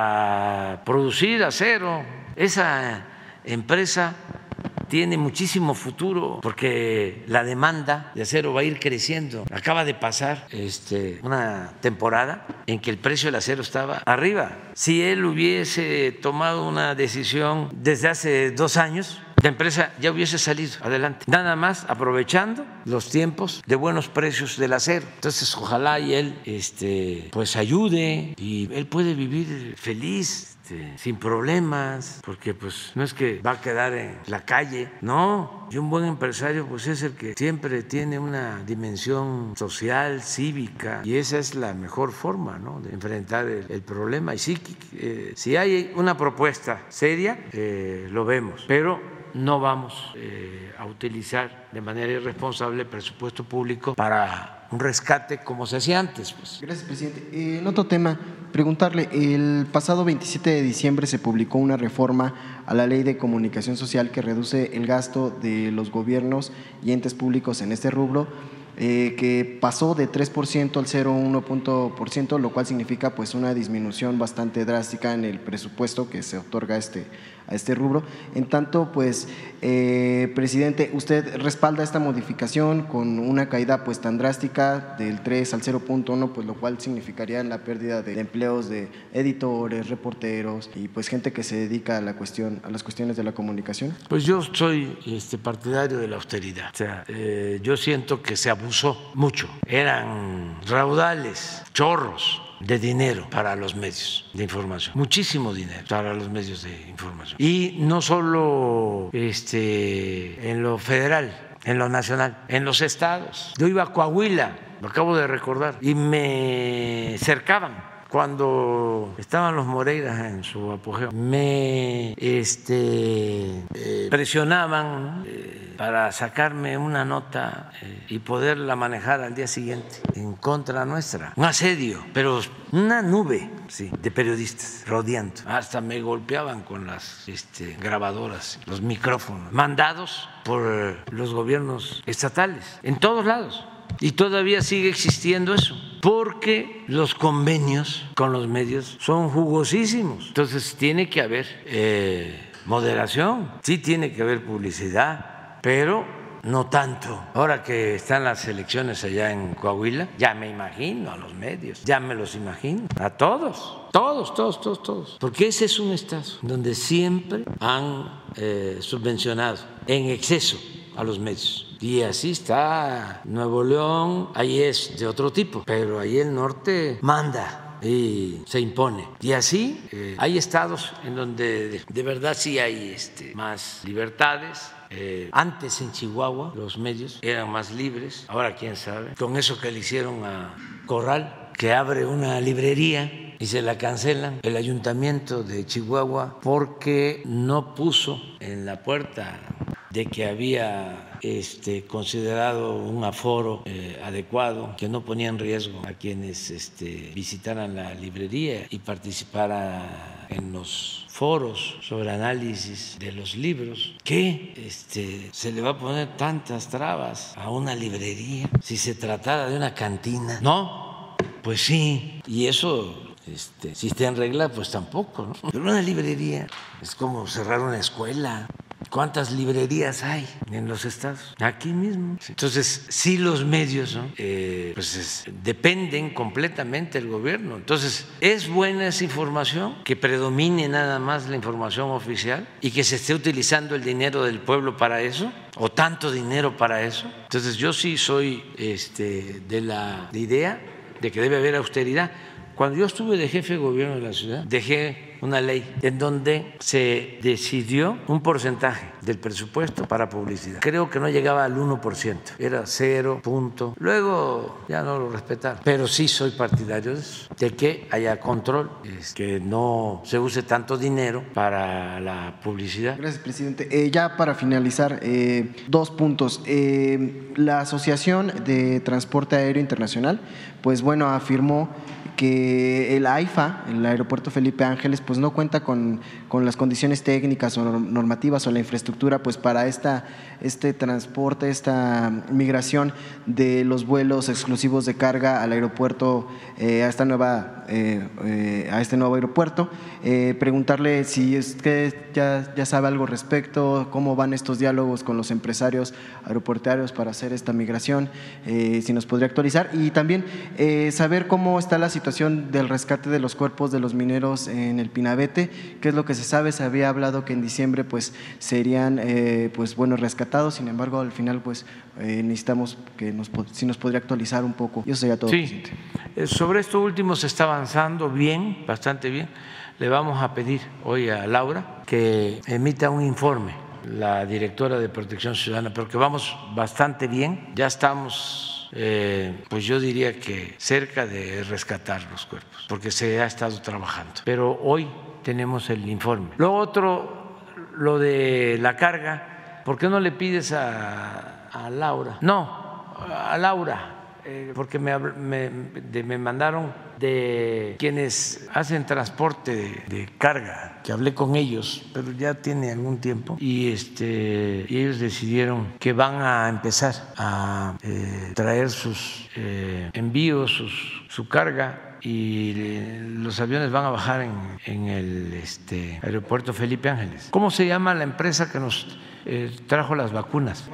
para producir acero, esa empresa tiene muchísimo futuro porque la demanda de acero va a ir creciendo. Acaba de pasar este, una temporada en que el precio del acero estaba arriba. Si él hubiese tomado una decisión desde hace dos años, la empresa ya hubiese salido adelante, nada más aprovechando los tiempos de buenos precios del acero. Entonces, ojalá y él este, pues ayude y él puede vivir feliz, Este, sin problemas, porque pues no es que va a quedar en la calle, no. Y un buen empresario pues es el que siempre tiene una dimensión social, cívica, y esa es la mejor forma, ¿no?, de enfrentar el, el problema. Y sí, eh, si hay una propuesta seria, eh, lo vemos, pero no vamos eh, a utilizar de manera irresponsable el presupuesto público para un rescate como se hacía antes, pues. Gracias, presidente. Eh, en otro tema, preguntarle, el pasado veintisiete de diciembre se publicó una reforma a la Ley de Comunicación Social que reduce el gasto de los gobiernos y entes públicos en este rubro, eh, que pasó de tres por ciento al cero coma uno por ciento, lo cual significa pues una disminución bastante drástica en el presupuesto que se otorga a este, a este rubro. En tanto, pues, eh, presidente, ¿usted respalda esta modificación con una caída pues tan drástica del tres al cero punto uno, pues lo cual significaría la pérdida de empleos de editores, reporteros y pues gente que se dedica a la cuestión, a las cuestiones de la comunicación? Pues yo soy este, partidario de la austeridad. O sea, eh, yo siento que se abusó mucho. Eran raudales, chorros de dinero para los medios de información, muchísimo dinero para los medios de información. Y no solo este, en lo federal, en lo nacional, en los estados. Yo iba a Coahuila, lo acabo de recordar, y me cercaban cuando estaban los Moreiras en su apogeo, me este, eh, presionaban, ¿no? eh, para sacarme una nota eh, y poderla manejar al día siguiente en contra nuestra. Un asedio, pero una nube sí, de periodistas rodeando. Hasta me golpeaban con las este, grabadoras, los micrófonos, mandados por los gobiernos estatales, en todos lados. Y todavía sigue existiendo eso, porque los convenios con los medios son jugosísimos. Entonces tiene que haber eh, moderación, sí tiene que haber publicidad, pero no tanto. Ahora que están las elecciones allá en Coahuila, ya me imagino a los medios, ya me los imagino, a todos, todos, todos, todos, todos. Porque ese es un estado donde siempre han eh, subvencionado en exceso a los medios. Y así está Nuevo León, ahí es de otro tipo, pero ahí el norte manda y se impone. Y así eh, hay estados en donde de, de verdad sí hay este, más libertades. Eh, antes en Chihuahua los medios eran más libres, ahora quién sabe. Con eso que le hicieron a Corral, que abre una librería y se la cancelan, el ayuntamiento de Chihuahua, porque no puso en la puerta de que había este, considerado un aforo eh, adecuado, que no ponía en riesgo a quienes este, visitaran la librería y participaran en los foros sobre análisis de los libros. ¿Qué este, se le va a poner tantas trabas a una librería si se tratara de una cantina? No, pues sí, y eso... Este, si está en regla, pues tampoco, ¿no? Pero una librería es como cerrar una escuela. ¿Cuántas librerías hay en los estados? Aquí mismo. Entonces, sí los medios, ¿no? eh, pues es, dependen completamente del gobierno. Entonces, ¿es buena esa información? Que predomine nada más la información oficial y que se esté utilizando el dinero del pueblo para eso, o tanto dinero para eso. Entonces, yo sí soy este, de la idea de que debe haber austeridad. Cuando yo estuve de jefe de gobierno de la ciudad, dejé una ley en donde se decidió un porcentaje del presupuesto para publicidad. Creo que no llegaba al uno por ciento, era cero punto. Luego ya no lo respetaron, pero sí soy partidario de eso, de que haya control, que no se use tanto dinero para la publicidad. Gracias, presidente. Eh, ya para finalizar, eh, dos puntos. Eh, la Asociación de Transporte Aéreo Internacional, pues bueno, afirmó que el AIFA, el Aeropuerto Felipe Ángeles, pues no cuenta con, con las condiciones técnicas o normativas o la infraestructura pues para esta, este transporte, esta migración de los vuelos exclusivos de carga al aeropuerto, eh, a esta nueva, eh, eh, a este nuevo aeropuerto. Eh, preguntarle si usted ya, ya sabe algo al respecto, cómo van estos diálogos con los empresarios aeroportuarios para hacer esta migración, eh, si nos podría actualizar, y también eh, saber cómo está la situación del rescate de los cuerpos de los mineros en el Pinabete, qué es lo que se sabe. Se había hablado que en diciembre pues serían eh, pues bueno rescatados, sin embargo al final pues eh, necesitamos que nos, si nos podría actualizar un poco. Y eso sería todo. Sí, presidente. Sobre esto último se está avanzando bien, bastante bien. Le vamos a pedir hoy a Laura que emita un informe, la directora de Protección Ciudadana, porque vamos bastante bien, ya estamos Eh, pues yo diría que cerca de rescatar los cuerpos, porque se ha estado trabajando. Pero hoy tenemos el informe. Lo otro, lo de la carga, ¿por qué no le pides a, a Laura? No, a Laura. Eh, porque me, me, de, me mandaron de quienes hacen transporte de, de carga, que hablé con ellos, pero ya tiene algún tiempo, y, este, y ellos decidieron que van a empezar a eh, traer sus eh, envíos, sus, su carga, y los aviones van a bajar en, en el este, aeropuerto Felipe Ángeles. ¿Cómo se llama la empresa que nos eh, trajo las vacunas?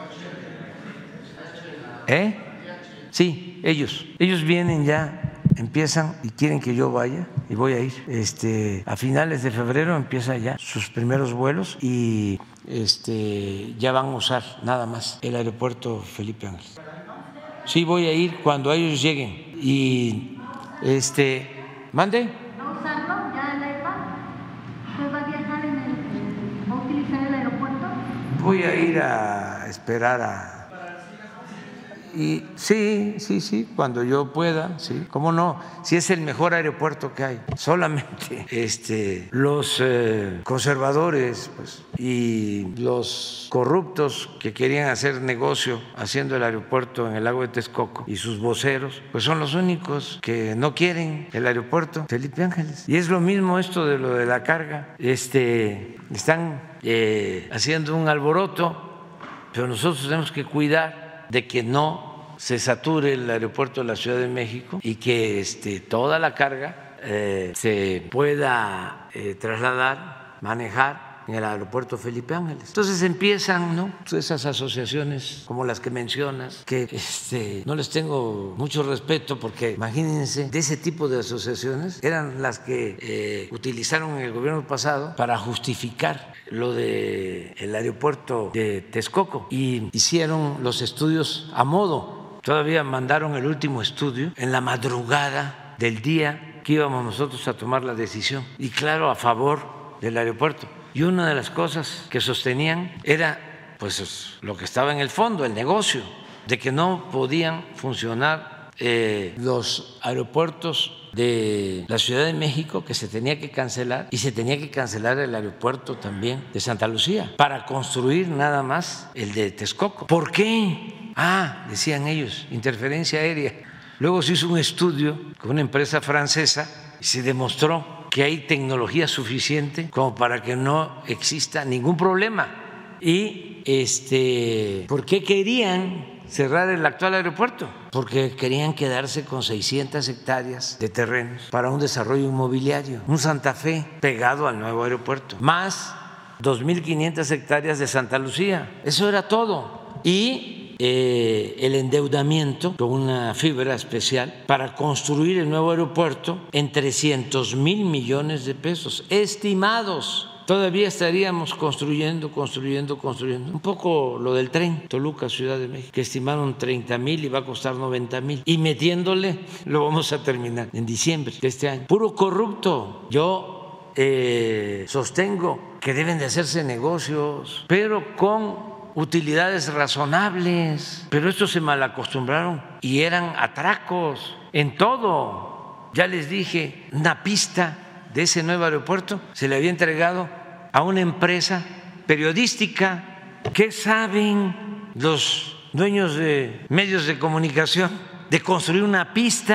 ¿Eh? Sí, ellos. Ellos vienen ya, empiezan y quieren que yo vaya y voy a ir. Este, a finales de febrero empiezan ya sus primeros vuelos y este, ya van a usar nada más el aeropuerto Felipe Ángeles. Sí, voy a ir cuando ellos lleguen y este, mande. ¿Va a usarlo ya el AIFA? ¿Usted va a viajar en el, va a utilizar el aeropuerto? Voy a ir a esperar a Y sí, sí, sí, cuando yo pueda, sí, cómo no, si es el mejor aeropuerto que hay. Solamente este, los eh, conservadores pues, y los corruptos que querían hacer negocio haciendo el aeropuerto en el lago de Texcoco y sus voceros, pues son los únicos que no quieren el aeropuerto Felipe Ángeles. Y es lo mismo esto de lo de la carga. Este, están eh, haciendo un alboroto, pero nosotros tenemos que cuidar de que no se sature el aeropuerto de la Ciudad de México y que este, toda la carga eh, se pueda eh, trasladar, manejar en el aeropuerto Felipe Ángeles. Entonces empiezan, ¿no?, esas asociaciones como las que mencionas, que este, no les tengo mucho respeto porque imagínense, de ese tipo de asociaciones eran las que eh, utilizaron en el gobierno pasado para justificar lo del el aeropuerto de Texcoco y hicieron los estudios a modo. Todavía mandaron el último estudio en la madrugada del día que íbamos nosotros a tomar la decisión y claro, a favor del aeropuerto. Y una de las cosas que sostenían era pues lo que estaba en el fondo, el negocio, de que no podían funcionar eh, los aeropuertos de la Ciudad de México, que se tenía que cancelar, y se tenía que cancelar el aeropuerto también de Santa Lucía para construir nada más el de Texcoco. ¿Por qué? Ah, decían ellos, interferencia aérea. Luego se hizo un estudio con una empresa francesa y se demostró que hay tecnología suficiente como para que no exista ningún problema. ¿Y este, por qué querían cerrar el actual aeropuerto? Porque querían quedarse con seiscientas hectáreas de terrenos para un desarrollo inmobiliario, un Santa Fe pegado al nuevo aeropuerto, más dos mil quinientas hectáreas de Santa Lucía. Eso era todo. Y Eh, el endeudamiento con una fibra especial para construir el nuevo aeropuerto en trescientos mil millones de pesos estimados. Todavía estaríamos construyendo, construyendo, construyendo. Un poco lo del tren Toluca, Ciudad de México, que estimaron treinta mil y va a costar noventa mil. Y metiéndole, lo vamos a terminar en diciembre de este año. Puro corrupto. Yo eh, sostengo que deben de hacerse negocios, pero con utilidades razonables, pero estos se malacostumbraron y eran atracos en todo. Ya les dije, una pista de ese nuevo aeropuerto se le había entregado a una empresa periodística. ¿Qué saben los dueños de medios de comunicación de construir una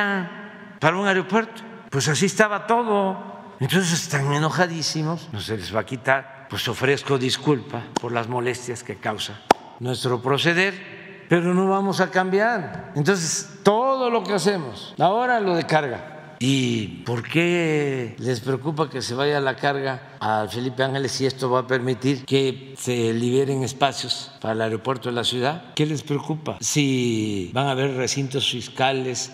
pista para un aeropuerto? Pues así estaba todo. Entonces están enojadísimos, no se les va a quitar. Pues ofrezco disculpa por las molestias que causa nuestro proceder, pero no vamos a cambiar. Entonces, todo lo que hacemos, ahora lo de carga. ¿Y por qué les preocupa que se vaya la carga a Felipe Ángeles si esto va a permitir que se liberen espacios para el aeropuerto de la ciudad? ¿Qué les preocupa? Si van a haber recintos fiscales,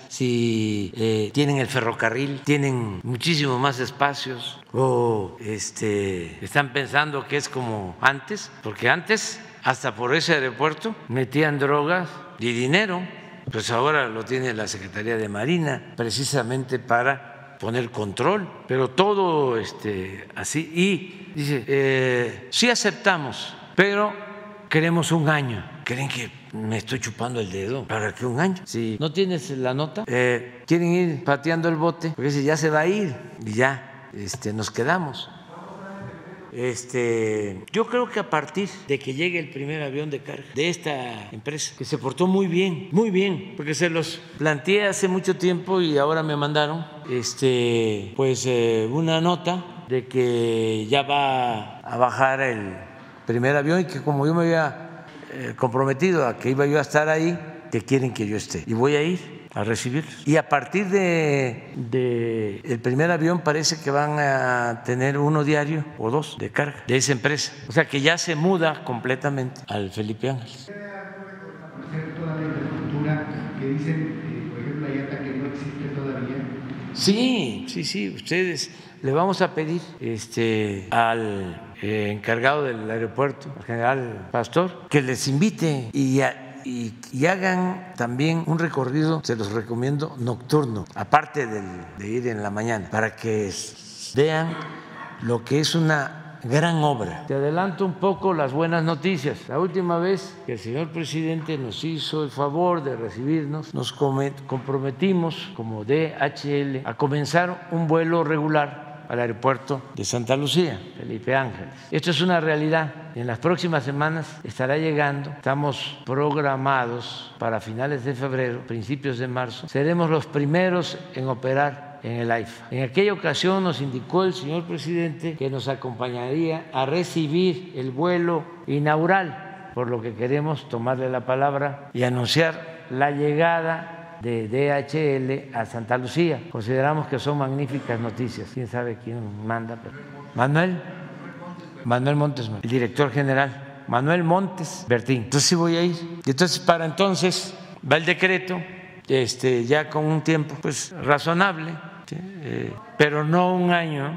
si eh, tienen el ferrocarril, tienen muchísimo más espacios, o este, están pensando que es como antes, porque antes hasta por ese aeropuerto metían drogas y dinero. Pues ahora lo tiene la Secretaría de Marina precisamente para poner control, pero todo este, así. Y dice, eh, sí aceptamos, pero queremos un año. ¿Creen que me estoy chupando el dedo? ¿Para qué un año? Si no tienes la nota, eh, quieren ir pateando el bote, porque si ya se va a ir y ya este, nos quedamos. Este, yo creo que a partir de que llegue el primer avión de carga de esta empresa, que se portó muy bien, muy bien, porque se los planteé hace mucho tiempo y ahora me mandaron este, pues eh, una nota de que ya va a bajar el primer avión y que como yo me había eh, comprometido a que iba yo a estar ahí, que quieren que yo esté y voy a ir a recibirlos. Y a partir de, de el primer avión parece que van a tener uno diario o dos de carga de esa empresa. O sea que ya se muda completamente al Felipe Ángeles. Toda la infraestructura que dicen, eh, por ejemplo, la IATA que no existe todavía. Sí, sí, sí. Ustedes le vamos a pedir este, al eh, encargado del aeropuerto, al general Pastor, que les invite y a, Y, y hagan también un recorrido, se los recomiendo, nocturno, aparte del, de ir en la mañana, para que vean lo que es una gran obra. Te adelanto un poco las buenas noticias. La última vez que el señor presidente nos hizo el favor de recibirnos, nos comprometimos como D H L a comenzar un vuelo regular al aeropuerto de Santa Lucía, Felipe Ángeles. Esto es una realidad. En las próximas semanas estará llegando. Estamos programados para finales de febrero, principios de marzo. Seremos los primeros en operar en el AIFA. En aquella ocasión nos indicó el señor presidente que nos acompañaría a recibir el vuelo inaugural, por lo que queremos tomarle la palabra y anunciar la llegada de D H L a Santa Lucía. Consideramos que son magníficas noticias. ¿Quién sabe quién manda? Manuel, Manuel Montes, el director general, Manuel Montes Bertín. Entonces sí voy a ir. Entonces para entonces va el decreto, este, ya con un tiempo pues razonable, ¿sí? eh, pero no un año.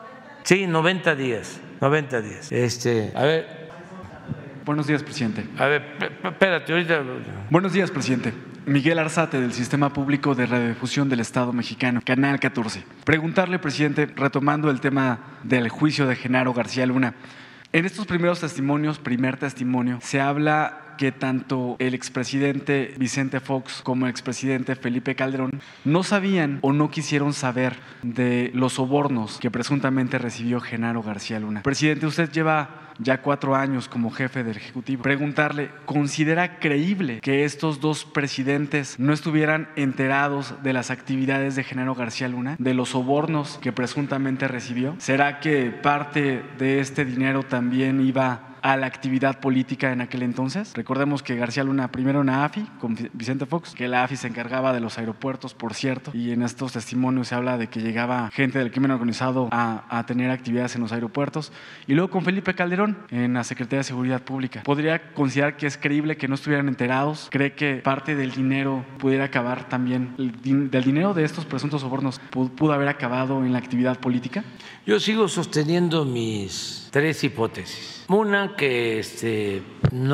Sí, noventa días, noventa días. Este, a ver. Buenos días, presidente. A ver, espérate, ahorita. Buenos días, presidente. Miguel Arzate, del Sistema Público de Radiodifusión del Estado Mexicano, Canal catorce. Preguntarle, presidente, retomando el tema del juicio de Genaro García Luna. En estos primeros testimonios, primer testimonio, se habla que tanto el expresidente Vicente Fox como el expresidente Felipe Calderón no sabían o no quisieron saber de los sobornos que presuntamente recibió Genaro García Luna. Presidente, usted lleva ya cuatro años como jefe del Ejecutivo. Preguntarle, ¿considera creíble que estos dos presidentes no estuvieran enterados de las actividades de Genaro García Luna, de los sobornos que presuntamente recibió? ¿Será que parte de este dinero también iba a la actividad política en aquel entonces? Recordemos que García Luna primero en la A F I con Vicente Fox, que la A F I se encargaba de los aeropuertos, por cierto, y en estos testimonios se habla de que llegaba gente del crimen organizado a, a tener actividades en los aeropuertos, y luego con Felipe Calderón en la Secretaría de Seguridad Pública. ¿Podría considerar que es creíble que no estuvieran enterados? ¿Cree que parte del dinero pudiera acabar también, el, del dinero de estos presuntos sobornos pudo, pudo haber acabado en la actividad política? Yo sigo sosteniendo mis tres hipótesis. Una, que este,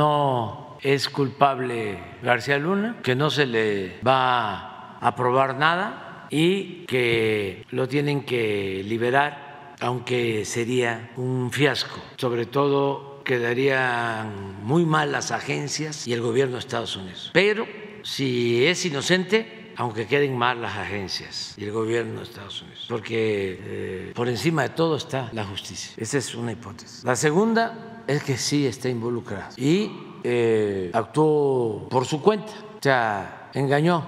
no es culpable García Luna, que no se le va a probar nada y que lo tienen que liberar, aunque sería un fiasco. Sobre todo quedarían muy mal las agencias y el gobierno de Estados Unidos. Pero si es inocente, aunque queden mal las agencias y el gobierno de Estados Unidos, porque eh, por encima de todo está la justicia. Esa es una hipótesis. La segunda es que sí está involucrado y eh, actuó por su cuenta, o sea, engañó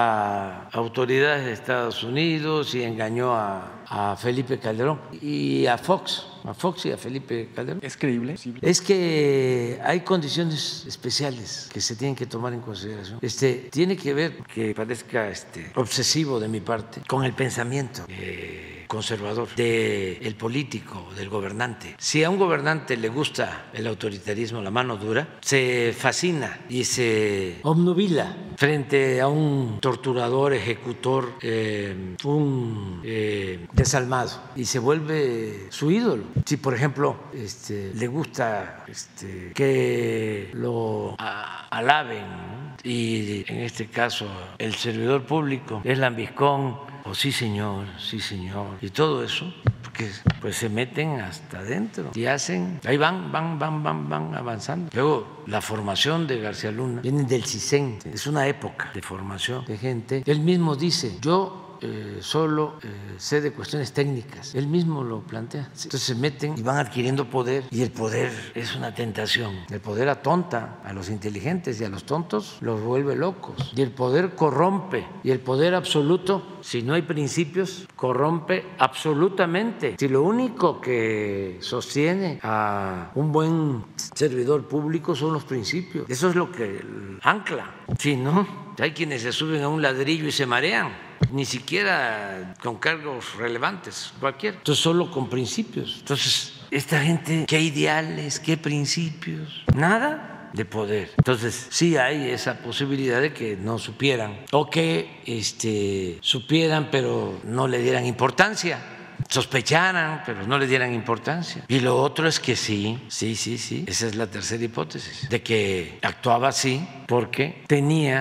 a autoridades de Estados Unidos y engañó a, a Felipe Calderón y a Fox. A Fox y a Felipe Calderón. ¿Es creíble? Es que hay condiciones especiales que se tienen que tomar en consideración. Este, tiene que ver, que parezca este, obsesivo de mi parte, con el pensamiento eh, conservador del político, del gobernante. Si a un gobernante le gusta el autoritarismo, la mano dura, se fascina y se obnubila frente a un torturador, ejecutor, eh, un eh, desalmado y se vuelve su ídolo. Si, por ejemplo, este, le gusta este, que lo a, alaben, ¿no? Y en este caso el servidor público es lambiscón, o sí señor, sí señor, y todo eso, porque pues se meten hasta adentro y hacen, ahí van, van, van, van, van avanzando. Luego la formación de García Luna viene del CISEN, es una época de formación de gente. Él mismo dice, yo Eh, solo eh, sé de cuestiones técnicas. Él mismo lo plantea. Entonces se meten y van adquiriendo poder y el poder es una tentación. El poder atonta a los inteligentes y a los tontos los vuelve locos. Y el poder corrompe y el poder absoluto, si no hay principios, corrompe absolutamente. Si lo único que sostiene a un buen servidor público son los principios, eso es lo que ancla. Si no, hay quienes se suben a un ladrillo y se marean, ni siquiera con cargos relevantes, cualquiera. Entonces, solo con principios. Entonces, esta gente, ¿qué ideales, qué principios? Nada de poder. Entonces, sí hay esa posibilidad de que no supieran o que este, supieran pero no le dieran importancia. Sospecharan, pero no le dieran importancia. Y lo otro es que sí, sí, sí, sí, esa es la tercera hipótesis, de que actuaba así porque tenía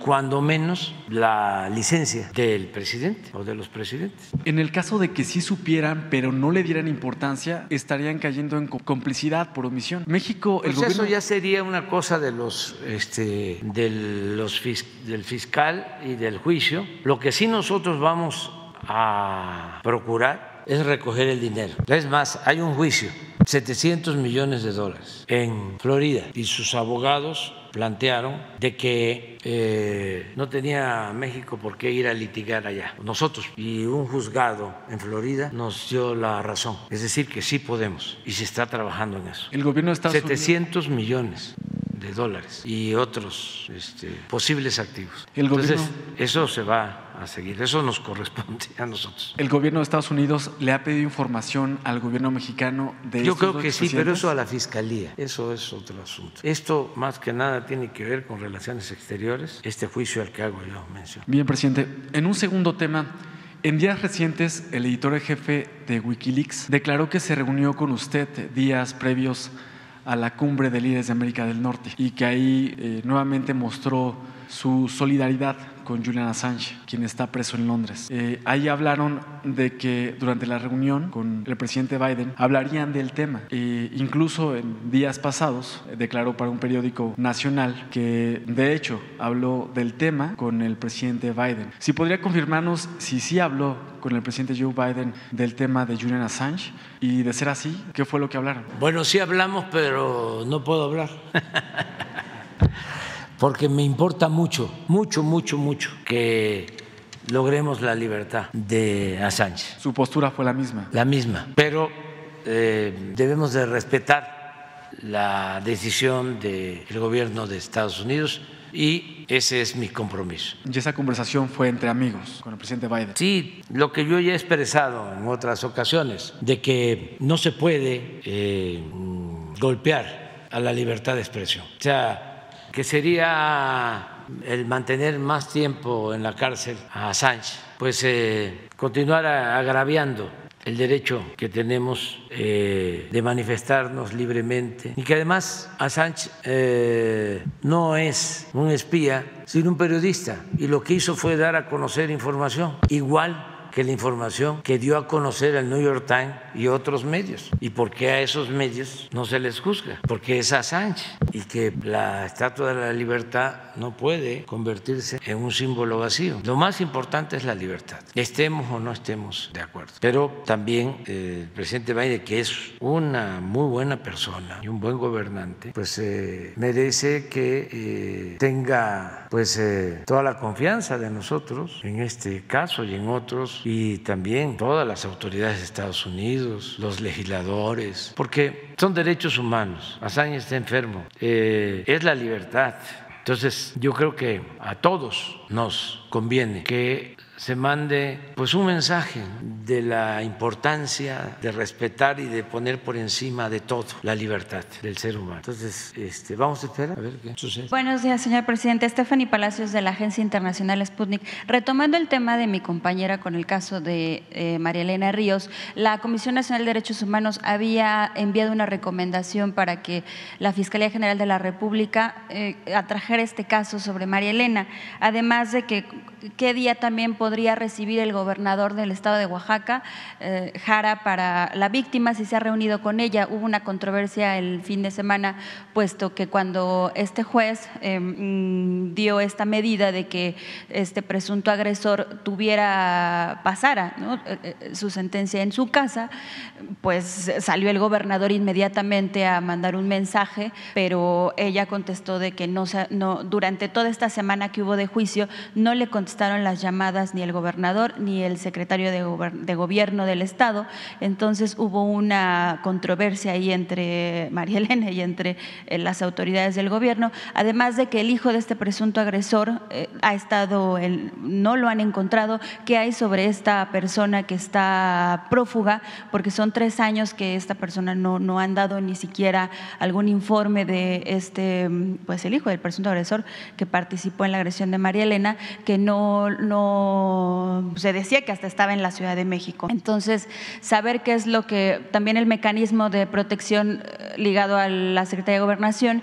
cuando menos la licencia del presidente o de los presidentes. En el caso de que sí supieran, pero no le dieran importancia, estarían cayendo en complicidad por omisión. México, el pues gobierno... eso ya sería una cosa de los, este, de los del fiscal y del juicio. Lo que sí nosotros vamos a procurar es recoger el dinero. Es más, hay un juicio, setecientos millones de dólares en Florida, y sus abogados plantearon de que eh, no tenía México por qué ir a litigar allá, nosotros, y un juzgado en Florida nos dio la razón, es decir, que sí podemos y se está trabajando en eso. El gobierno de Estados setecientos millones de dólares y otros este, posibles activos. El gobierno, Entonces, eso se va a seguir, eso nos corresponde a nosotros. ¿El gobierno de Estados Unidos le ha pedido información al gobierno mexicano de Yo estos creo dos que sí, presidentes? pero eso a la Fiscalía, eso es otro asunto. Esto más que nada tiene que ver con relaciones exteriores, este juicio al que hago yo mención. Bien, presidente. En un segundo tema, en días recientes, el editor en jefe de Wikileaks declaró que se reunió con usted días previos a la cumbre de líderes de América del Norte y que ahí eh, nuevamente mostró su solidaridad con Julian Assange, quien está preso en Londres. Eh, ahí hablaron de que durante la reunión con el presidente Biden hablarían del tema. Eh, incluso en días pasados eh, declaró para un periódico nacional que de hecho habló del tema con el presidente Biden. Si podría confirmarnos si sí habló con el presidente Joe Biden del tema de Julian Assange, y de ser así, ¿qué fue lo que hablaron? Bueno, sí hablamos, pero no puedo hablar. Porque me importa mucho, mucho, mucho, mucho que logremos la libertad de Assange. Su postura fue la misma. La misma, pero eh, debemos de respetar la decisión del gobierno de Estados Unidos y ese es mi compromiso. Y esa conversación fue entre amigos con el presidente Biden. Sí, lo que yo ya he expresado en otras ocasiones, de que no se puede eh, golpear a la libertad de expresión. O sea, que sería el mantener más tiempo en la cárcel a Assange, pues eh, continuar agraviando el derecho que tenemos eh, de manifestarnos libremente, y que además Assange eh, no es un espía, sino un periodista, y lo que hizo fue dar a conocer información, igual que la información que dio a conocer el New York Times y otros medios. ¿Y por qué a esos medios no se les juzga? Porque es Assange, y que la Estatua de la Libertad no puede convertirse en un símbolo vacío. Lo más importante es la libertad, estemos o no estemos de acuerdo. Pero también eh, el presidente Biden, que es una muy buena persona y un buen gobernante, pues eh, merece que eh, tenga pues eh, toda la confianza de nosotros en este caso y en otros, y también todas las autoridades de Estados Unidos, los legisladores, porque son derechos humanos. Assange está enfermo, eh, es la libertad. Entonces yo creo que a todos nos conviene que se mande pues un mensaje de la importancia de respetar y de poner por encima de todo la libertad del ser humano. Entonces, este, vamos a esperar a ver qué sucede. Buenos días, señor presidente. Stephanie Palacios, de la Agencia Internacional Sputnik. Retomando el tema de mi compañera con el caso de eh, María Elena Ríos, la Comisión Nacional de Derechos Humanos había enviado una recomendación para que la Fiscalía General de la República eh, atrajera este caso sobre María Elena, además de que qué día también podría recibir el gobernador del estado de Oaxaca, eh, Jara, para la víctima, si se ha reunido con ella. Hubo una controversia el fin de semana, puesto que cuando este juez eh, dio esta medida de que este presunto agresor tuviera, pasara, ¿no?, su sentencia en su casa, pues salió el gobernador inmediatamente a mandar un mensaje, pero ella contestó de que no, no durante toda esta semana que hubo de juicio no le contestaron las llamadas ni el gobernador ni el secretario de, gober de gobierno del estado. Entonces hubo una controversia ahí entre María Elena y entre eh, las autoridades del gobierno, además de que el hijo de este presunto agresor eh, ha estado, el, no lo han encontrado. ¿Qué hay sobre esta persona que está prófuga? Porque son tres años que esta persona no, no han dado ni siquiera algún informe de este, pues el hijo del presunto agresor que participó en la agresión de María Elena, que no, no como se decía que hasta estaba en la Ciudad de México. Entonces, saber qué es lo que, también el mecanismo de protección ligado a la Secretaría de Gobernación,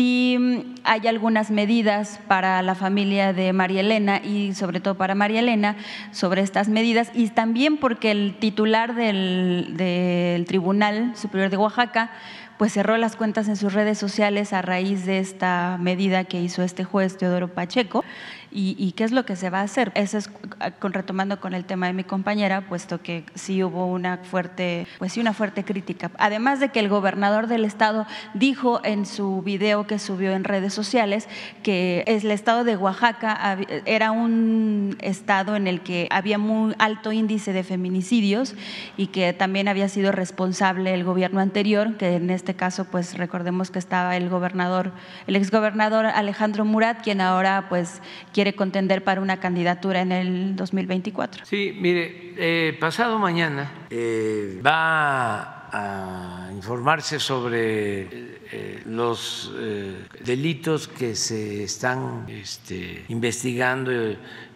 si hay algunas medidas para la familia de María Elena y sobre todo para María Elena sobre estas medidas, y también porque el titular del, del Tribunal Superior de Oaxaca pues cerró las cuentas en sus redes sociales a raíz de esta medida que hizo este juez Teodoro Pacheco. ¿Y, y qué es lo que se va a hacer? Eso es con, retomando con el tema de mi compañera, puesto que sí hubo una fuerte, pues sí, una fuerte crítica. Además de que el gobernador del estado dijo en su video que subió en redes sociales que el estado de Oaxaca era un estado en el que había muy alto índice de feminicidios y que también había sido responsable el gobierno anterior, que en este caso, pues recordemos que estaba el gobernador, el exgobernador Alejandro Murat, quien ahora pues quiere contender para una candidatura en el dos mil veinticuatro. Sí, mire, eh, pasado mañana eh, va a informarse sobre eh, los eh, delitos que se están este, investigando y,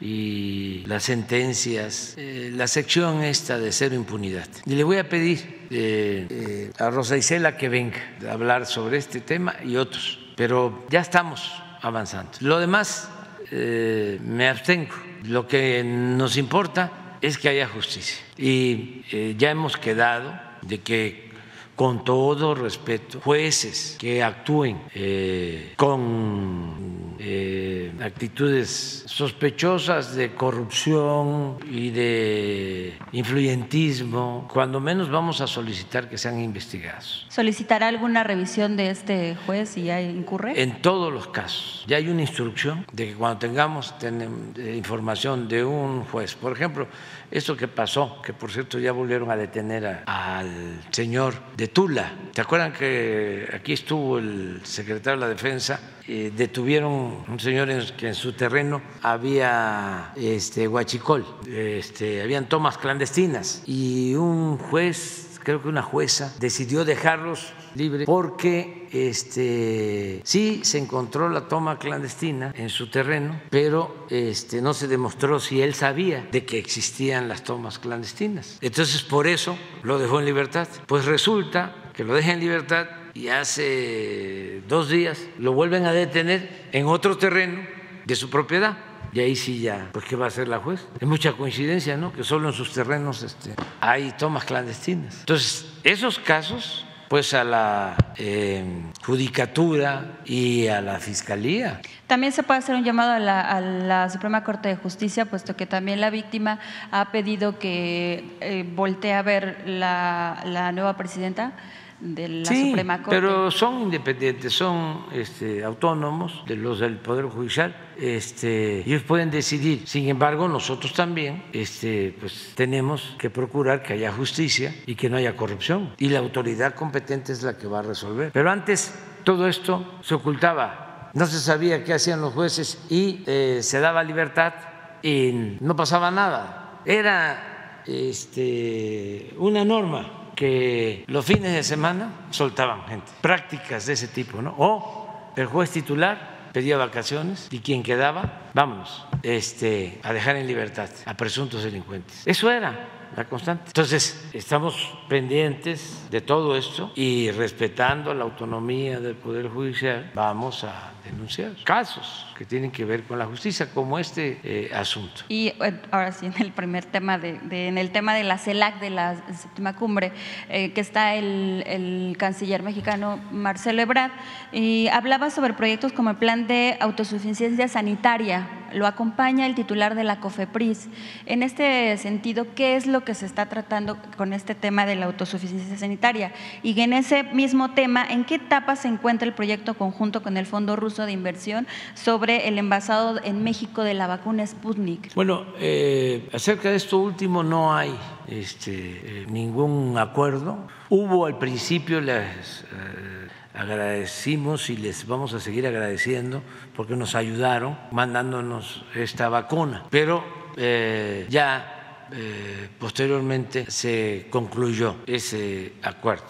y las sentencias, eh, la sección esta de cero impunidad. Y le voy a pedir eh, eh, a Rosa Isela que venga a hablar sobre este tema y otros, pero ya estamos avanzando. Lo demás eh, me abstengo. Lo que nos importa es que haya justicia y eh, ya hemos quedado de que, con todo respeto, jueces que actúen eh, con eh, actitudes sospechosas de corrupción y de influyentismo, cuando menos vamos a solicitar que sean investigados. ¿Solicitará alguna revisión de este juez si ya incurre? En todos los casos. Ya hay una instrucción de que cuando tengamos tenemos, eh, información de un juez, por ejemplo, esto que pasó, que por cierto ya volvieron a detener a, al señor de Tula. ¿Te acuerdan que aquí estuvo el secretario de la Defensa? Eh, detuvieron un señor en, que en su terreno había este, huachicol, este, habían tomas clandestinas y un juez, creo que una jueza, decidió dejarlos libres porque este, sí se encontró la toma clandestina en su terreno, pero este, no se demostró si él sabía de que existían las tomas clandestinas. Entonces, por eso lo dejó en libertad. Pues resulta que lo deja en libertad y hace dos días lo vuelven a detener en otro terreno de su propiedad. Y ahí sí ya, pues ¿qué va a hacer la juez? Es mucha coincidencia, ¿no? Que solo en sus terrenos este, hay tomas clandestinas. Entonces, esos casos, pues a la eh, judicatura y a la fiscalía. También se puede hacer un llamado a la, a la Suprema Corte de Justicia, puesto que también la víctima ha pedido que eh, voltee a ver la, la nueva presidenta de la sí, Suprema Corte. Pero son independientes, son este, autónomos de los del Poder Judicial. Este, ellos pueden decidir. Sin embargo, nosotros también este, pues, tenemos que procurar que haya justicia y que no haya corrupción. Y la autoridad competente es la que va a resolver. Pero antes todo esto se ocultaba. No se sabía qué hacían los jueces y eh, se daba libertad y no pasaba nada. Era este, una norma que los fines de semana soltaban gente, prácticas de ese tipo, ¿no? O el juez titular pedía vacaciones y quien quedaba, vámonos, este, a dejar en libertad a presuntos delincuentes. Eso era la constante. Entonces, estamos pendientes de todo esto y respetando la autonomía del Poder Judicial, vamos a denunciar casos que tienen que ver con la justicia, como este eh, asunto. Y eh, ahora sí, en el primer tema, de, de, en el tema de la CELAC, de la séptima cumbre, eh, que está el, el canciller mexicano Marcelo Ebrard, y hablaba sobre proyectos como el plan de autosuficiencia sanitaria. Lo acompaña el titular de la COFEPRIS. En este sentido, ¿qué es lo que se está tratando con este tema de la autosuficiencia sanitaria? Y en ese mismo tema, ¿en qué etapa se encuentra el proyecto conjunto con el Fondo Ruso de Inversión sobre el envasado en México de la vacuna Sputnik? Bueno, eh, acerca de esto último no hay este, eh, ningún acuerdo. Hubo al principio las… Eh, agradecimos y les vamos a seguir agradeciendo porque nos ayudaron mandándonos esta vacuna, pero eh, ya eh, posteriormente se concluyó ese acuerdo.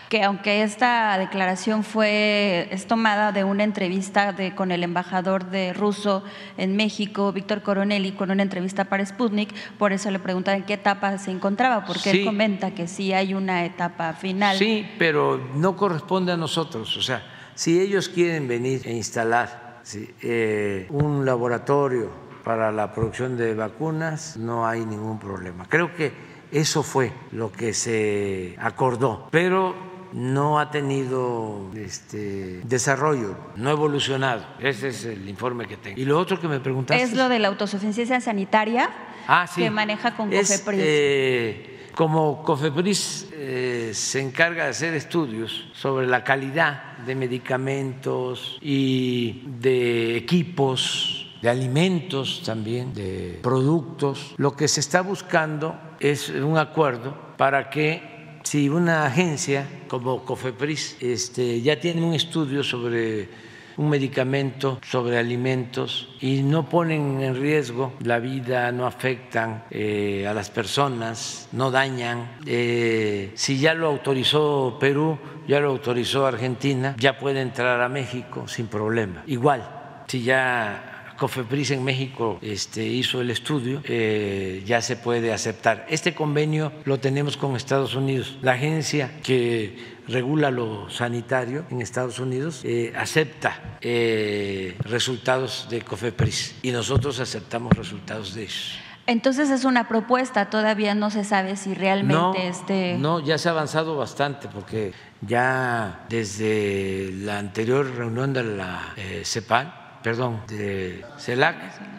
que aunque esta declaración fue es tomada de una entrevista de, con el embajador de ruso en México, Víctor Coronelli, con una entrevista para Sputnik, por eso le preguntaba en qué etapa se encontraba, porque sí. él comenta que sí hay una etapa final. Sí, pero no corresponde a nosotros. O sea, si ellos quieren venir e instalar sí, eh, un laboratorio para la producción de vacunas, no hay ningún problema. Creo que eso fue lo que se acordó, pero no ha tenido este, desarrollo, no ha evolucionado. Ese es el informe que tengo. Y lo otro que me preguntaste es lo de la autosuficiencia sanitaria ah, sí. que maneja con es, COFEPRIS. Eh, como COFEPRIS eh, se encarga de hacer estudios sobre la calidad de medicamentos y de equipos, de alimentos también, de productos, lo que se está buscando es un acuerdo para que si una agencia como COFEPRIS este, ya tiene un estudio sobre un medicamento, sobre alimentos y no ponen en riesgo la vida, no afectan eh, a las personas, no dañan. Eh, si ya lo autorizó Perú, ya lo autorizó Argentina, ya puede entrar a México sin problema. Igual, si ya COFEPRIS en México este, hizo el estudio, eh, ya se puede aceptar. Este convenio lo tenemos con Estados Unidos. La agencia que regula lo sanitario en Estados Unidos eh, acepta eh, resultados de COFEPRIS y nosotros aceptamos resultados de ellos. Entonces es una propuesta, todavía no se sabe si realmente no, este… No, ya se ha avanzado bastante porque ya desde la anterior reunión de la eh, CEPAL, perdón, de CELAC,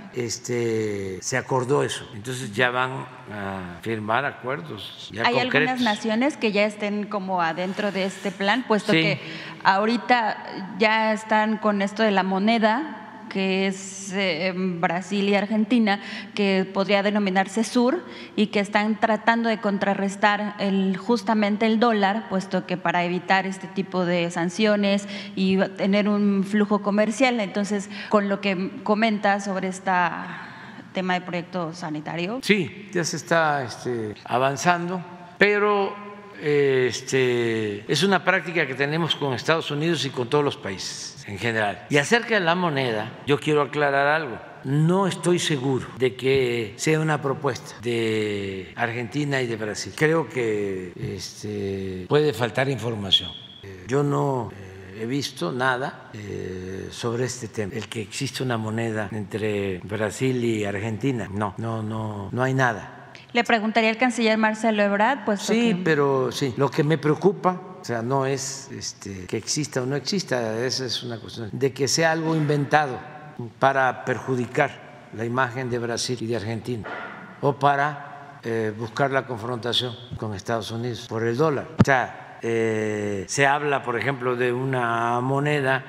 este, se acordó eso. Entonces ya van a firmar acuerdos ya ¿Hay concretos. algunas naciones que ya estén como adentro de este plan, puesto Sí. que ahorita ya están con esto de la moneda, que es eh, Brasil y Argentina, que podría denominarse sur, y que están tratando de contrarrestar el, justamente el dólar, puesto que para evitar este tipo de sanciones y tener un flujo comercial? Entonces, con lo que comenta sobre este tema de proyecto sanitario. Sí, ya se está este, avanzando, pero este, es una práctica que tenemos con Estados Unidos y con todos los países en general. Y acerca de la moneda, yo quiero aclarar algo. No estoy seguro de que sea una propuesta de Argentina y de Brasil. Creo que este, puede faltar información. Yo no eh, he visto nada eh, sobre este tema, el que existe una moneda entre Brasil y Argentina. No, no, no, no hay nada. Le preguntaría al canciller Marcelo Ebrard, pues. Sí, que… pero sí, lo que me preocupa, o sea, no es este, que exista o no exista, esa es una cuestión de que sea algo inventado para perjudicar la imagen de Brasil y de Argentina o para eh, buscar la confrontación con Estados Unidos por el dólar. O sea, eh, se habla, por ejemplo, de una moneda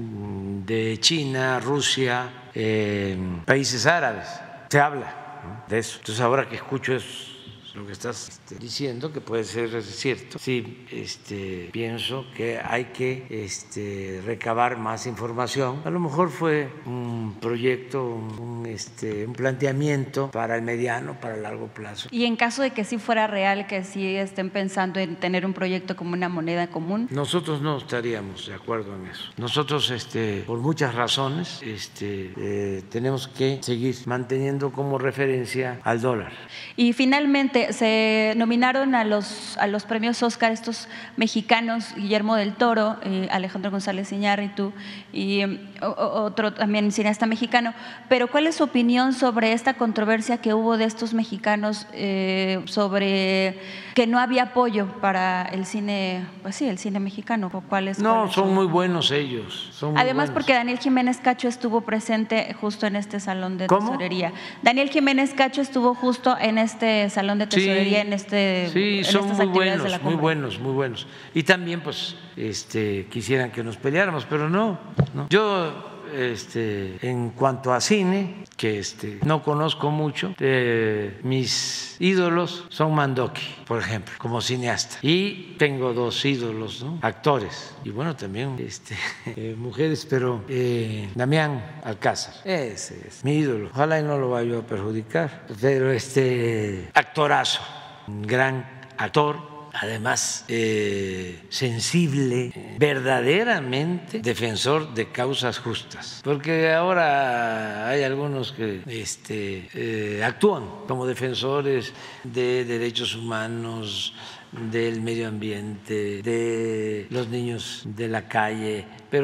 de China, Rusia, eh, países árabes, se habla de eso. Entonces, ahora que escucho eso, lo que estás este, diciendo, que puede ser cierto, sí, este, pienso que hay que este, recabar más información. A lo mejor fue un proyecto, un, este, un planteamiento para el mediano, para el largo plazo. Y en caso de que sí fuera real, que sí estén pensando en tener un proyecto como una moneda común. Nosotros no estaríamos de acuerdo en eso. Nosotros, este, por muchas razones, este, eh, tenemos que seguir manteniendo como referencia al dólar. Y finalmente se nominaron a los a los premios Óscar estos mexicanos, Guillermo del Toro, eh, Alejandro González Iñárritu y eh, otro también cineasta mexicano. Pero ¿cuál es su opinión sobre esta controversia que hubo de estos mexicanos eh, sobre que no había apoyo para el cine, pues sí, el cine mexicano? ¿Cuál es, no, cuál es son su… muy buenos ellos. Son muy Además, buenos. porque Daniel Jiménez Cacho estuvo presente justo en este salón de ¿Cómo? tesorería. Daniel Jiménez Cacho estuvo justo en este salón de tesorería, sí, en este sí, en son estas muy actividades buenos, de la muy cumbre. buenos, muy buenos. Y también, pues, este, quisieran que nos peleáramos, pero no. no. Yo, este, en cuanto a cine, que este, no conozco mucho, eh, mis ídolos son Mandoki, por ejemplo, como cineasta. Y tengo dos ídolos, ¿no? Actores. Y bueno, también este, eh, mujeres, pero eh, Damián Alcázar, ese es mi ídolo. Ojalá y no lo vaya a perjudicar, pero este actorazo, un gran actor además eh, sensible, verdaderamente defensor de causas justas, porque ahora hay algunos que este, eh, actúan como defensores de derechos humanos, del medio ambiente, de los niños de la calle,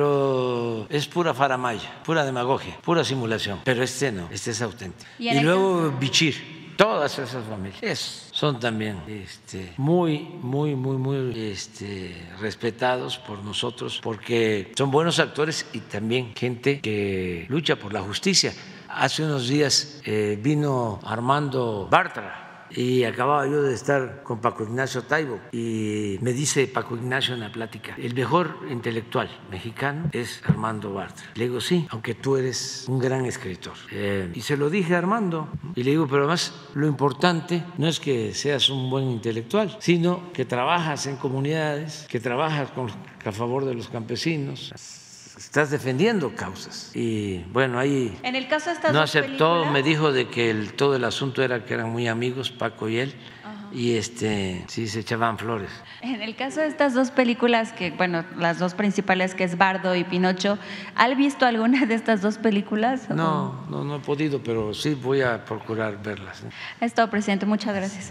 pero es pura faramaya, pura demagogia, pura simulación. Pero este no, este es auténtico. Y, y luego Bichir, todas esas familias son también este, muy, muy, muy, muy este, respetados por nosotros porque son buenos actores y también gente que lucha por la justicia. Hace unos días eh, vino Armando Bartra y acababa yo de estar con Paco Ignacio Taibo y me dice Paco Ignacio en la plática, el mejor intelectual mexicano es Armando Bartra. Le digo, sí, aunque tú eres un gran escritor. Eh, y se lo dije a Armando y le digo, pero además lo importante no es que seas un buen intelectual, sino que trabajas en comunidades, que trabajas con, a favor de los campesinos. Estás defendiendo causas. Y bueno, ahí en el caso de estas no dos aceptó, películas, me dijo de que el, todo el asunto era que eran muy amigos, Paco y él, ajá, y este sí se echaban flores. En el caso de estas dos películas, que bueno, las dos principales, que es Bardo y Pinocho, ¿has visto alguna de estas dos películas? No, no, no he podido, pero sí voy a procurar verlas. Es todo, presidente. Muchas gracias.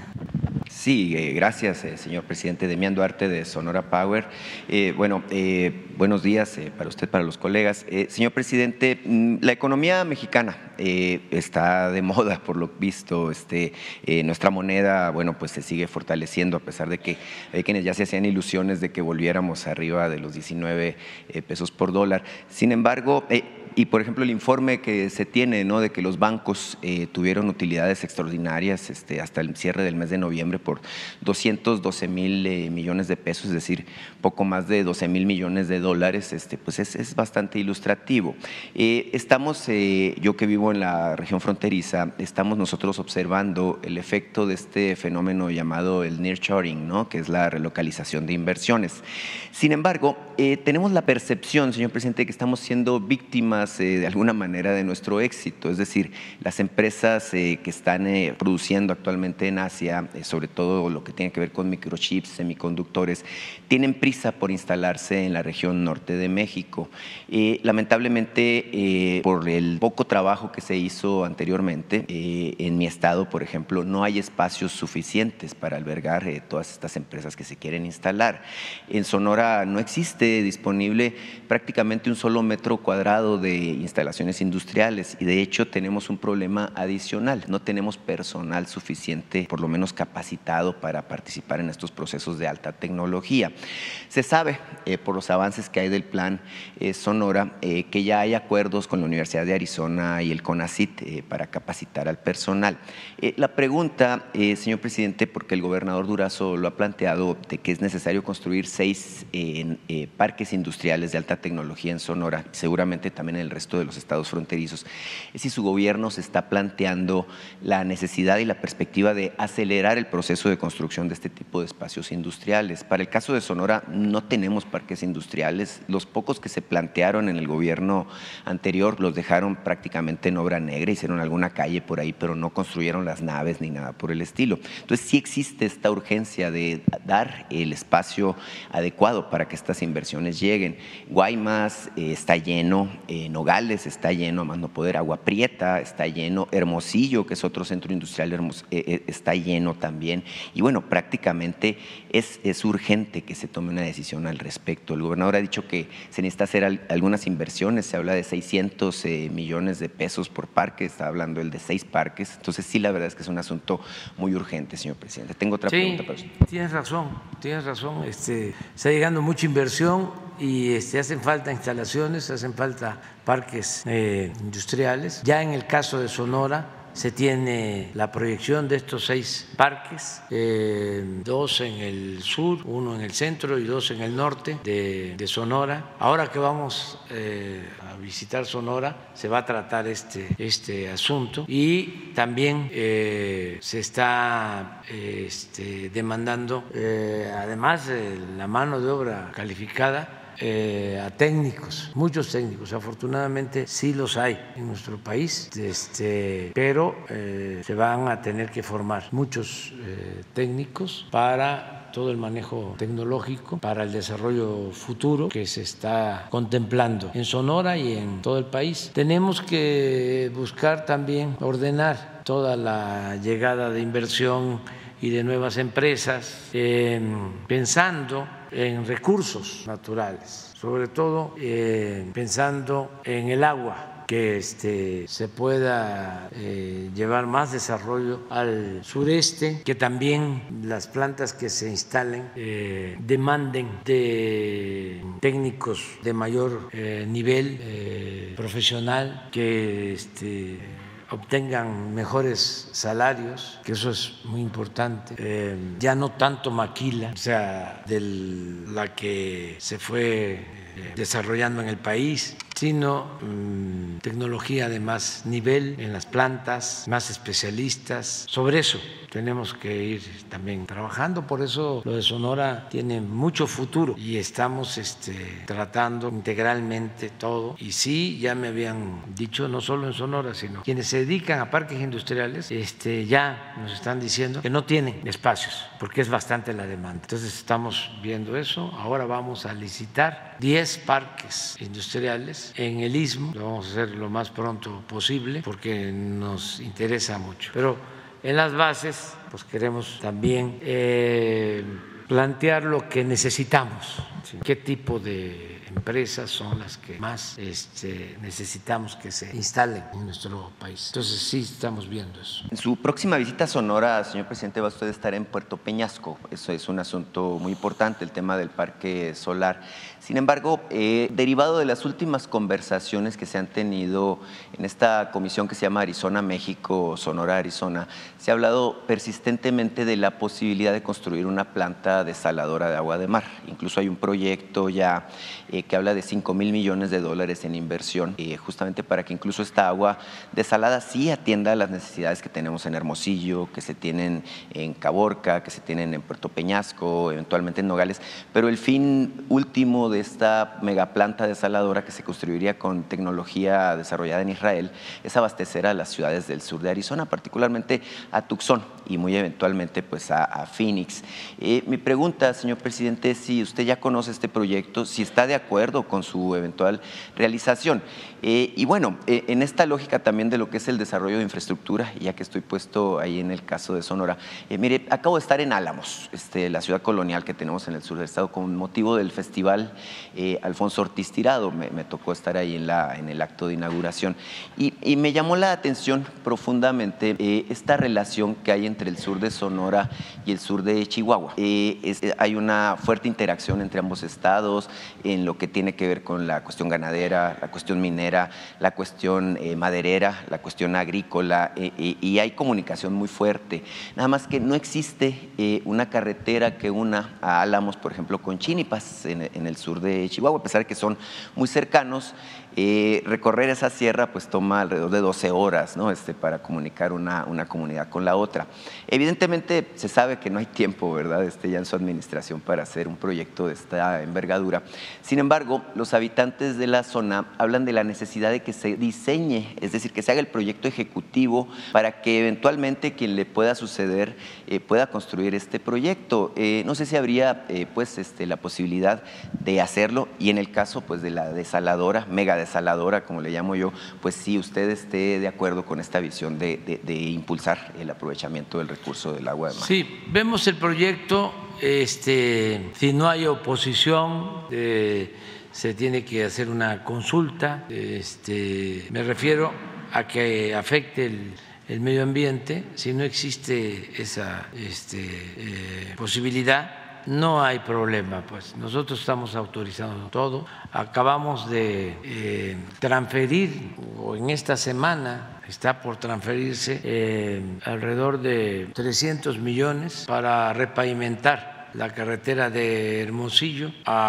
Sí, eh, gracias, eh, señor presidente. Demián Duarte, de Sonora Power. Eh, bueno, eh, buenos días eh, para usted, para los colegas. Eh, señor presidente, la economía mexicana eh, está de moda, por lo visto. Este, eh, nuestra moneda, bueno, pues se sigue fortaleciendo, a pesar de que hay quienes ya se hacían ilusiones de que volviéramos arriba de los diecinueve eh, pesos por dólar. Sin embargo, eh, y por ejemplo el informe que se tiene, ¿no?, de que los bancos eh, tuvieron utilidades extraordinarias este, hasta el cierre del mes de noviembre por doscientos doce mil eh, millones de pesos, es decir, poco más de doce mil millones de dólares, este, pues es, es bastante ilustrativo. Eh, estamos, eh, yo que vivo en la región fronteriza, estamos nosotros observando el efecto de este fenómeno llamado el nearshoring, ¿no?, que es la relocalización de inversiones. Sin embargo, eh, tenemos la percepción, señor presidente, que estamos siendo víctimas Eh, de alguna manera de nuestro éxito, es decir, las empresas eh, que están eh, produciendo actualmente en Asia, eh, sobre todo lo que tiene que ver con microchips, semiconductores, tienen prisa por instalarse en la región norte de México. Eh, lamentablemente, eh, por el poco trabajo que se hizo anteriormente, eh, en mi estado, por ejemplo, no hay espacios suficientes para albergar eh, todas estas empresas que se quieren instalar. En Sonora no existe disponible prácticamente un solo metro cuadrado de instalaciones industriales y de hecho tenemos un problema adicional, no tenemos personal suficiente, por lo menos capacitado, para participar en estos procesos de alta tecnología. Se sabe eh, por los avances que hay del plan eh, Sonora eh, que ya hay acuerdos con la Universidad de Arizona y el CONACYT eh, para capacitar al personal. Eh, la pregunta, eh, señor presidente, porque el gobernador Durazo lo ha planteado, de que es necesario construir seis eh, eh, parques industriales de alta tecnología en Sonora, seguramente también en el resto de los estados fronterizos, es si su gobierno se está planteando la necesidad y la perspectiva de acelerar el proceso de construcción de este tipo de espacios industriales. Para el caso de Sonora no tenemos parques industriales, los pocos que se plantearon en el gobierno anterior los dejaron prácticamente en obra negra, hicieron alguna calle por ahí, pero no construyeron las naves ni nada por el estilo. Entonces sí existe esta urgencia de dar el espacio adecuado para que estas inversiones lleguen. Guaymas eh, está lleno, eh, Nogales está lleno, a más no poder, Agua Prieta está lleno, Hermosillo, que es otro centro industrial, Hermos, eh, está lleno también. Y bueno, prácticamente es, es urgente que se tome una decisión al respecto. El gobernador ha dicho que se necesita hacer al, algunas inversiones, se habla de seiscientos eh, millones de pesos por parque, está hablando él de seis parques. Entonces sí, la verdad es que es un asunto muy urgente, señor presidente. Tengo otra sí, pregunta para usted. Tienes razón, tienes razón. Este, está llegando mucha inversión y este, hacen falta instalaciones, hacen falta parques eh, industriales. Ya en el caso de Sonora se tiene la proyección de estos seis parques, eh, dos en el sur, uno en el centro y dos en el norte de, de Sonora. Ahora que vamos eh, a visitar Sonora, se va a tratar este, este asunto y también eh, se está eh, este, demandando, eh, además de la mano de obra calificada, Eh, a técnicos, muchos técnicos, afortunadamente sí los hay en nuestro país, este, pero eh, se van a tener que formar muchos eh, técnicos para todo el manejo tecnológico para el desarrollo futuro que se está contemplando en Sonora y en todo el país. Tenemos que buscar también ordenar toda la llegada de inversión y de nuevas empresas, eh, pensando en recursos naturales, sobre todo eh, pensando en el agua, que este, se pueda eh, llevar más desarrollo al sureste, que también las plantas que se instalen eh, demanden de técnicos de mayor eh, nivel eh, profesional, que este, obtengan mejores salarios, que eso es muy importante, eh, ya no tanto maquila, o sea, de la que se fue eh, desarrollando en el país, sino mmm, tecnología de más nivel en las plantas, más especialistas. Sobre eso tenemos que ir también trabajando, por eso lo de Sonora tiene mucho futuro y estamos este, tratando integralmente todo. Y sí, ya me habían dicho, no solo en Sonora, sino quienes se dedican a parques industriales, este, ya nos están diciendo que no tienen espacios, porque es bastante la demanda. Entonces estamos viendo eso. Ahora vamos a licitar diez parques industriales en el Istmo, lo vamos a hacer lo más pronto posible porque nos interesa mucho. Pero en las bases, pues queremos también eh, plantear lo que necesitamos, ¿sí? Qué tipo de empresas son las que más este, necesitamos que se instalen en nuestro país. Entonces sí estamos viendo eso. En su próxima visita a Sonora, señor presidente, va usted a estar en Puerto Peñasco. Eso es un asunto muy importante, el tema del parque solar. Sin embargo, eh, derivado de las últimas conversaciones que se han tenido en esta comisión que se llama Arizona-México, Sonora-Arizona, se ha hablado persistentemente de la posibilidad de construir una planta desaladora de agua de mar. Incluso hay un proyecto ya eh, que habla de cinco mil millones de dólares en inversión, eh, justamente para que incluso esta agua desalada sí atienda a las necesidades que tenemos en Hermosillo, que se tienen en Caborca, que se tienen en Puerto Peñasco, eventualmente en Nogales, pero el fin último de esta megaplanta desaladora que se construiría con tecnología desarrollada en Israel es abastecer a las ciudades del sur de Arizona, particularmente a Tucson y muy eventualmente pues a, a Phoenix. Eh, mi pregunta, señor presidente, es si usted ya conoce este proyecto, si está de acuerdo con su eventual realización. Eh, y bueno, eh, en esta lógica también de lo que es el desarrollo de infraestructura, ya que estoy puesto ahí en el caso de Sonora, eh, mire, acabo de estar en Álamos, este, la ciudad colonial que tenemos en el sur del estado, con motivo del festival eh, Alfonso Ortiz Tirado. Me, me tocó estar ahí en, la, en el acto de inauguración y, y me llamó la atención profundamente eh, esta relación que hay entre el sur de Sonora y el sur de Chihuahua. Eh, es, hay una fuerte interacción entre ambos estados en lo que tiene que ver con la cuestión ganadera, la cuestión minera, la cuestión eh, maderera, la cuestión agrícola, eh, eh, y hay comunicación muy fuerte. Nada más que no existe eh, una carretera que una a Álamos, por ejemplo, con Chínipas, en, en el sur de Chihuahua, a pesar de que son muy cercanos. Eh, recorrer esa sierra pues toma alrededor de doce horas, ¿no? este, para comunicar una, una comunidad con la otra. Evidentemente se sabe que no hay tiempo, ¿verdad? Este, ya en su administración para hacer un proyecto de esta envergadura. Sin embargo, los habitantes de la zona hablan de la necesidad de que se diseñe, es decir, que se haga el proyecto ejecutivo para que eventualmente quien le pueda suceder eh, pueda construir este proyecto. Eh, no sé si habría eh, pues, este, la posibilidad de hacerlo y en el caso pues, de la desaladora, mega desaladora, como le llamo yo, pues sí, usted esté de acuerdo con esta visión de, de, de impulsar el aprovechamiento del recurso del agua de mar. Sí, vemos el proyecto, este, si no hay oposición, eh, se tiene que hacer una consulta, este, me refiero a que afecte el, el medio ambiente, si no existe esa este, eh, posibilidad, no hay problema, pues nosotros estamos autorizando todo. Acabamos de eh, transferir, o en esta semana está por transferirse eh, alrededor de trescientos millones para repavimentar la carretera de Hermosillo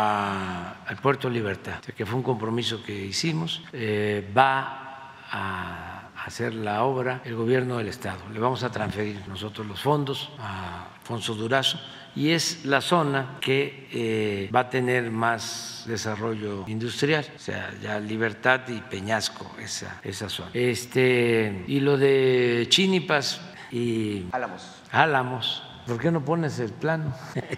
a, al Puerto Libertad, o sea, que fue un compromiso que hicimos. Eh, va a hacer la obra el gobierno del estado. Le vamos a transferir nosotros los fondos a Alfonso Durazo y es la zona que eh, va a tener más desarrollo industrial, o sea, ya Libertad y Peñasco, esa, esa zona. Este, y lo de Chínipas y Álamos. Álamos, ¿por qué no pones el plano?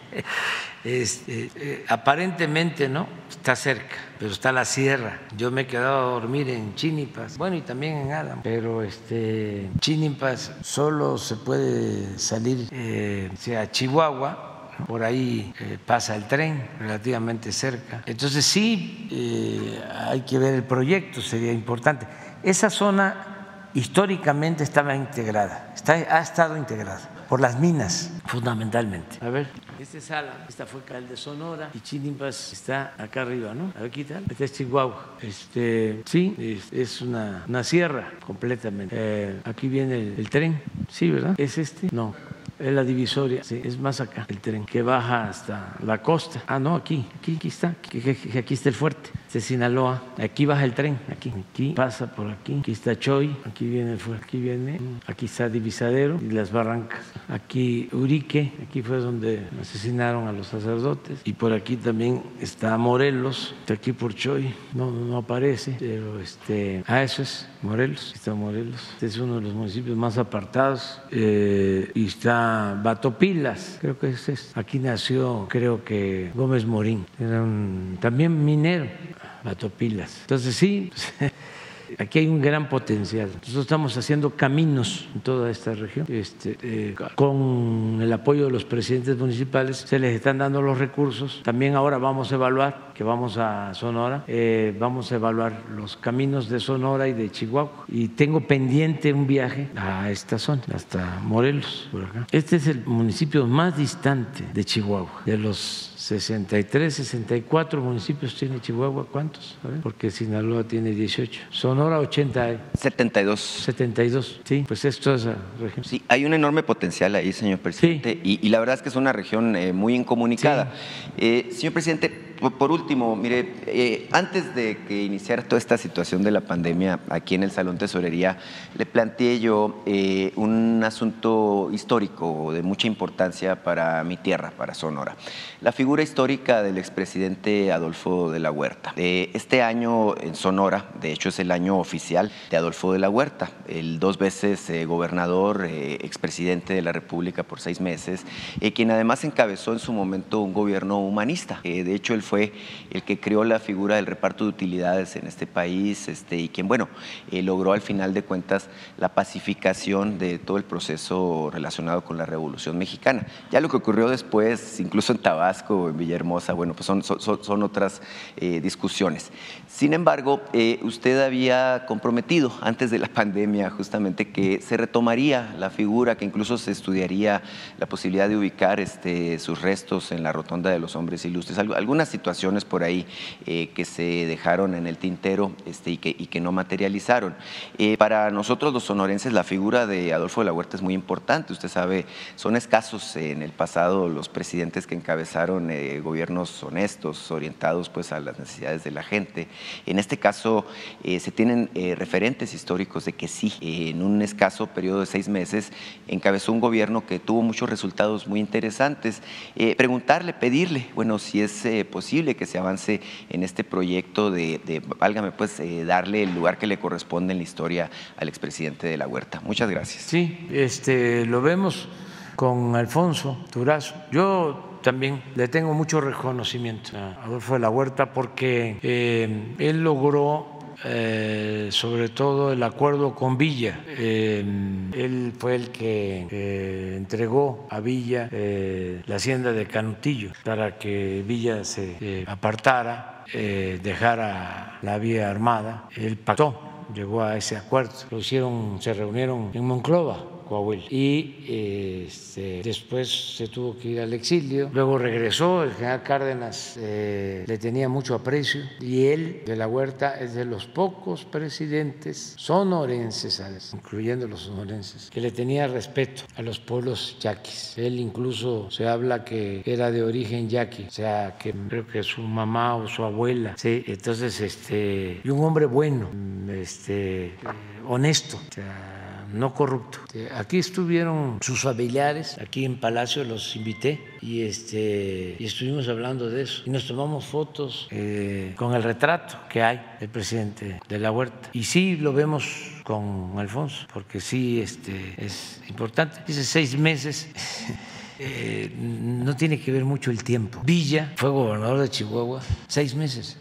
Este, eh, aparentemente no, está cerca, pero está la sierra. Yo me he quedado a dormir en Chínipas, bueno, y también en Álamo, pero este, Chínipas solo se puede salir eh, a Chihuahua, por ahí eh, pasa el tren relativamente cerca. Entonces sí, eh, hay que ver el proyecto, sería importante. Esa zona históricamente estaba integrada, está, ha estado integrada por las minas, fundamentalmente. A ver, este es Álamo, esta fue el de Sonora y Chínipas está acá arriba, ¿no? A ver, ¿qué tal? Este es Chihuahua. Este, sí, es, es una, una sierra completamente. Eh, aquí viene el, el tren, ¿sí, verdad? ¿Es este? No. Es la divisoria, sí, es más acá, el tren que baja hasta la costa. Ah, no, aquí, aquí, aquí está, aquí, aquí, aquí está el fuerte, este es Sinaloa. Aquí baja el tren, aquí, aquí pasa por aquí, aquí está Choy, aquí viene el fuerte, aquí viene, aquí está Divisadero y las barrancas. Aquí Urique, aquí fue donde asesinaron a los sacerdotes. Y por aquí también está Morelos, está aquí por Choy, no, no, no aparece, pero este, ah, eso es Morelos, está Morelos. Este es uno de los municipios más apartados eh, y está Batopilas, creo que es este. Aquí nació, creo que Gómez Morín, era un, también minero, Batopilas. Entonces sí, aquí hay un gran potencial. Nosotros estamos haciendo caminos en toda esta región. Este, eh, con el apoyo de los presidentes municipales se les están dando los recursos. También ahora vamos a evaluar, que vamos a Sonora, eh, vamos a evaluar los caminos de Sonora y de Chihuahua. Y tengo pendiente un viaje a esta zona, hasta Morelos, por acá. Este es el municipio más distante de Chihuahua, de los sesenta y tres, sesenta y cuatro municipios tiene Chihuahua. ¿Cuántos? A ver, porque Sinaloa tiene dieciocho. Sonora ochenta. setenta y dos. setenta y dos, sí, pues esto es esa región. Sí, hay un enorme potencial ahí, señor presidente, sí. y, y la verdad es que es una región eh, muy incomunicada. Sí. Eh, señor presidente, por último, mire, eh, antes de que iniciara toda esta situación de la pandemia aquí en el Salón Tesorería, le planteé yo eh, un asunto histórico de mucha importancia para mi tierra, para Sonora. La figura histórica del expresidente Adolfo de la Huerta. Eh, este año en Sonora, de hecho es el año oficial de Adolfo de la Huerta, el dos veces eh, gobernador, eh, expresidente de la República por seis meses, eh, quien además encabezó en su momento un gobierno humanista. Eh, de hecho, él fue el que creó la figura del reparto de utilidades en este país este, y quien, bueno, eh, logró al final de cuentas la pacificación de todo el proceso relacionado con la Revolución Mexicana. Ya lo que ocurrió después, incluso en Tabasco, en Villahermosa, bueno, pues son, son, son otras eh, discusiones. Sin embargo, eh, usted había comprometido antes de la pandemia justamente que se retomaría la figura, que incluso se estudiaría la posibilidad de ubicar este, sus restos en la Rotonda de los Hombres Ilustres. Algunas situaciones por ahí eh, que se dejaron en el tintero este, y, que, y que no materializaron. Eh, para nosotros los sonorenses la figura de Adolfo de la Huerta es muy importante. Usted sabe, son escasos eh, en el pasado los presidentes que encabezaron eh, gobiernos honestos, orientados pues a las necesidades de la gente. En este caso eh, se tienen eh, referentes históricos de que sí, eh, en un escaso periodo de seis meses encabezó un gobierno que tuvo muchos resultados muy interesantes. Eh, preguntarle, pedirle, bueno, si es eh, posible que se avance en este proyecto de, de válgame, pues, eh, darle el lugar que le corresponde en la historia al expresidente de la Huerta. Muchas gracias. Sí, este, lo vemos con Alfonso Durazo. Yo también le tengo mucho reconocimiento a Adolfo de la Huerta porque eh, él logró Eh, sobre todo el acuerdo con Villa. Eh, él fue el que eh, entregó a Villa eh, la hacienda de Canutillo para que Villa se eh, apartara, eh, dejara la vía armada. Él pactó, llegó a ese acuerdo. Lo hicieron, se reunieron en Monclova, Coahuila, y este, después se tuvo que ir al exilio, luego regresó. El general Cárdenas eh, le tenía mucho aprecio y él, de la Huerta, es de los pocos presidentes sonorenses, incluyendo los sonorenses, que le tenía respeto a los pueblos yaquis. Él incluso se habla que era de origen yaqui, o sea, que creo que su mamá o su abuela, sí, entonces, este, y un hombre bueno, este, eh, honesto, o sea, no corrupto. Aquí estuvieron sus familiares, aquí en Palacio los invité y, este, y estuvimos hablando de eso. Y nos tomamos fotos eh, con el retrato que hay del presidente de la Huerta. Y sí lo vemos con Alfonso, porque sí este, es importante. Dice seis meses. eh, no tiene que ver mucho el tiempo. Villa fue gobernador de Chihuahua seis meses.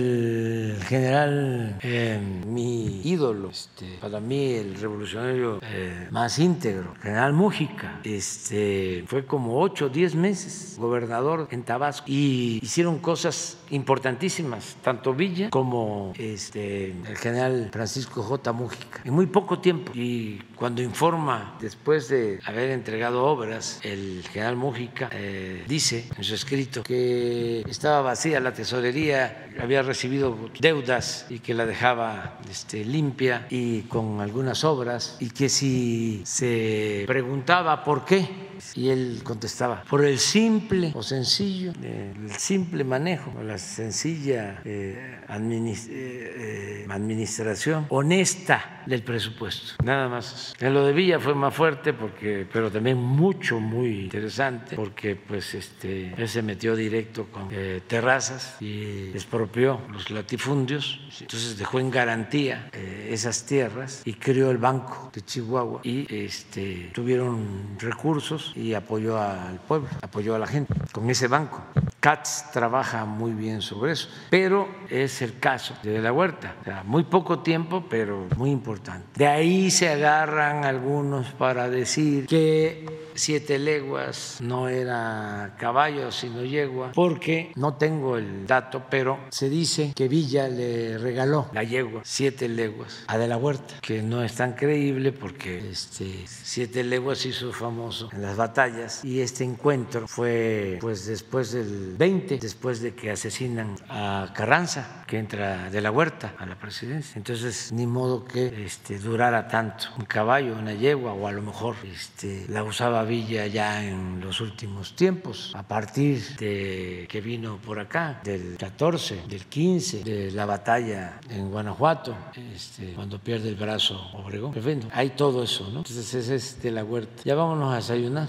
El general, eh, mi ídolo, este, para mí el revolucionario eh, más íntegro, general Mújica, este, fue como ocho o diez meses gobernador en Tabasco y hicieron cosas importantísimas, tanto Villa como este, el general Francisco J. Mújica, en muy poco tiempo. Y cuando informa, después de haber entregado obras, el general Mújica eh, dice en su escrito que estaba vacía la tesorería, había recibido deudas y que la dejaba este, limpia y con algunas obras, y que si se preguntaba por qué, y él contestaba, por el simple o sencillo, eh, el simple manejo, la sencilla eh, administ eh, eh, administración honesta del presupuesto, nada más. En lo de Villa fue más fuerte, porque, pero también mucho, muy interesante, porque pues este, él se metió directo con eh, Terrazas y expropió los latifundios, entonces dejó en garantía eh, esas tierras y creó el Banco de Chihuahua, y este, tuvieron recursos y apoyó al pueblo, apoyó a la gente con ese banco. Katz trabaja muy bien sobre eso, pero es el caso de la Huerta, o sea, muy poco tiempo, pero muy importante. De ahí se agarran algunos para decir que siete leguas no era caballo sino yegua, porque no tengo el dato, pero se dice que Villa le regaló la yegua siete leguas a De la Huerta, que no es tan creíble porque este, siete leguas hizo famoso en las batallas, y este encuentro fue pues después del veinte, después de que asesinan a Carranza, que entra De la Huerta a la presidencia. Entonces ni modo que este, durara tanto un caballo, una yegua, o a lo mejor este, la usaba Villa ya en los últimos tiempos, a partir de que vino por acá, del catorce, del quince, de la batalla en Guanajuato, este, cuando pierde el brazo Obregón. En fin, hay todo eso, ¿no? Entonces ese es De la Huerta. Ya vámonos a desayunar.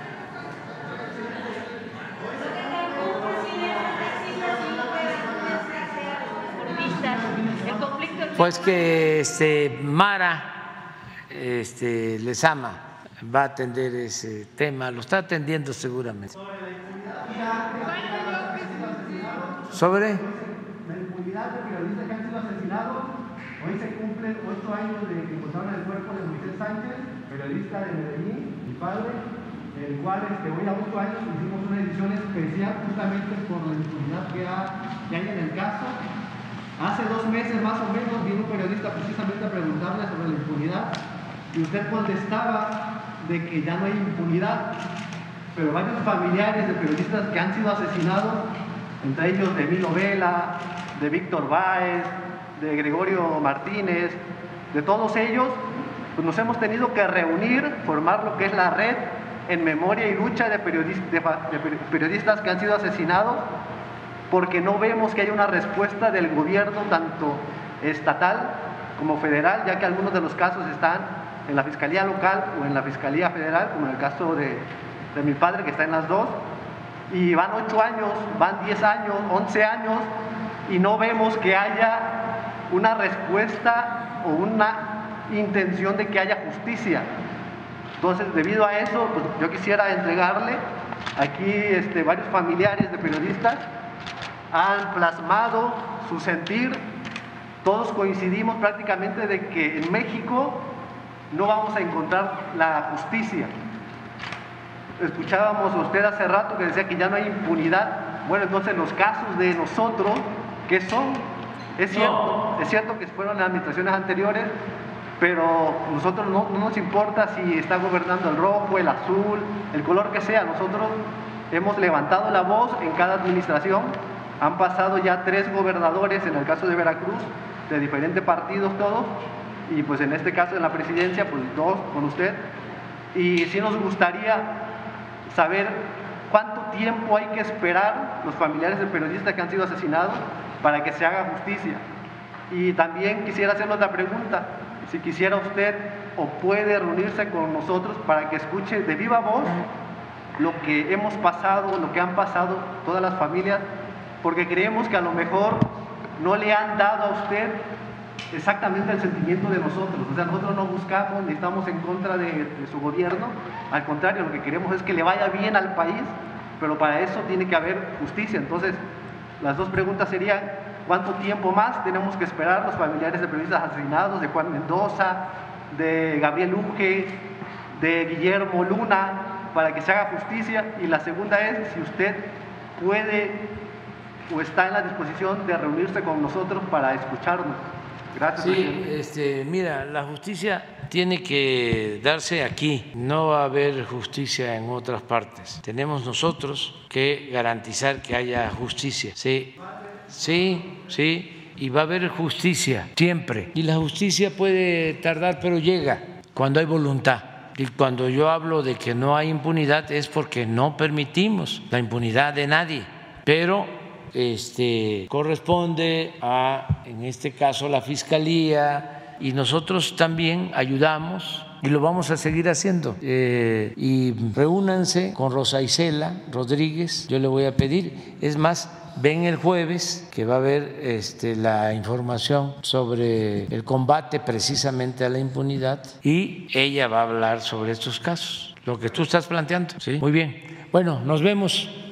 Pues que este, Mara este, Lezama va a atender ese tema, lo está atendiendo seguramente. ¿Sobre? La impunidad de periodistas que han sido asesinados. Hoy se cumplen ocho años de que encontraron el cuerpo de Moisés Sánchez, periodista de Medellín, mi padre, el cual este, hoy a ocho años hicimos una edición especial justamente por la impunidad que, ha, que hay en el caso. Hace dos meses más o menos vino un periodista precisamente a preguntarle sobre la impunidad, y usted contestaba de que ya no hay impunidad, pero varios familiares de periodistas que han sido asesinados, entre ellos de Emilio Vela, de Víctor Báez, de Gregorio Martínez, de todos ellos, pues nos hemos tenido que reunir, formar lo que es la red en memoria y lucha de periodistas, de, de periodistas que han sido asesinados, porque no vemos que haya una respuesta del gobierno, tanto estatal como federal, ya que algunos de los casos están en la Fiscalía Local o en la Fiscalía Federal, como en el caso de, de mi padre, que está en las dos, y van ocho años, van diez años, once años, y no vemos que haya una respuesta o una intención de que haya justicia. Entonces, debido a eso, pues, yo quisiera entregarle aquí este, varios familiares de periodistas han plasmado su sentir. Todos coincidimos prácticamente de que en México no vamos a encontrar la justicia. Escuchábamos a usted hace rato que decía que ya no hay impunidad. Bueno, entonces los casos de nosotros, ¿qué son? Es cierto, es cierto que fueron en administraciones anteriores, pero nosotros no, no nos importa si está gobernando el rojo, el azul, el color que sea. Nosotros hemos levantado la voz en cada administración. Han pasado ya tres gobernadores, en el caso de Veracruz, de diferentes partidos todos, y pues en este caso de la presidencia, pues dos con usted. Y sí nos gustaría saber cuánto tiempo hay que esperar los familiares de periodistas que han sido asesinados para que se haga justicia. Y también quisiera hacerle otra pregunta, si quisiera usted o puede reunirse con nosotros para que escuche de viva voz lo que hemos pasado, lo que han pasado todas las familias, porque creemos que a lo mejor no le han dado a usted exactamente el sentimiento de nosotros. O sea, nosotros no buscamos ni estamos en contra de, de su gobierno, al contrario, lo que queremos es que le vaya bien al país, pero para eso tiene que haber justicia. Entonces, las dos preguntas serían: ¿cuánto tiempo más tenemos que esperar los familiares de periodistas asesinados, de Juan Mendoza, de Gabriel Unge, de Guillermo Luna, para que se haga justicia? Y la segunda es si usted puede o está en la disposición de reunirse con nosotros para escucharnos. Gracias. Sí, este, mira, la justicia tiene que darse aquí, no va a haber justicia en otras partes. Tenemos nosotros que garantizar que haya justicia. Sí, sí, sí, y va a haber justicia siempre. Y la justicia puede tardar, pero llega cuando hay voluntad. Y cuando yo hablo de que no hay impunidad es porque no permitimos la impunidad de nadie, pero este corresponde a, en este caso, la Fiscalía, y nosotros también ayudamos y lo vamos a seguir haciendo. Eh, y reúnanse con Rosa Isela Rodríguez, yo le voy a pedir, es más, ven el jueves que va a haber este, la información sobre el combate precisamente a la impunidad, y ella va a hablar sobre estos casos, lo que tú estás planteando. ¿Sí? Muy bien. Bueno, nos vemos.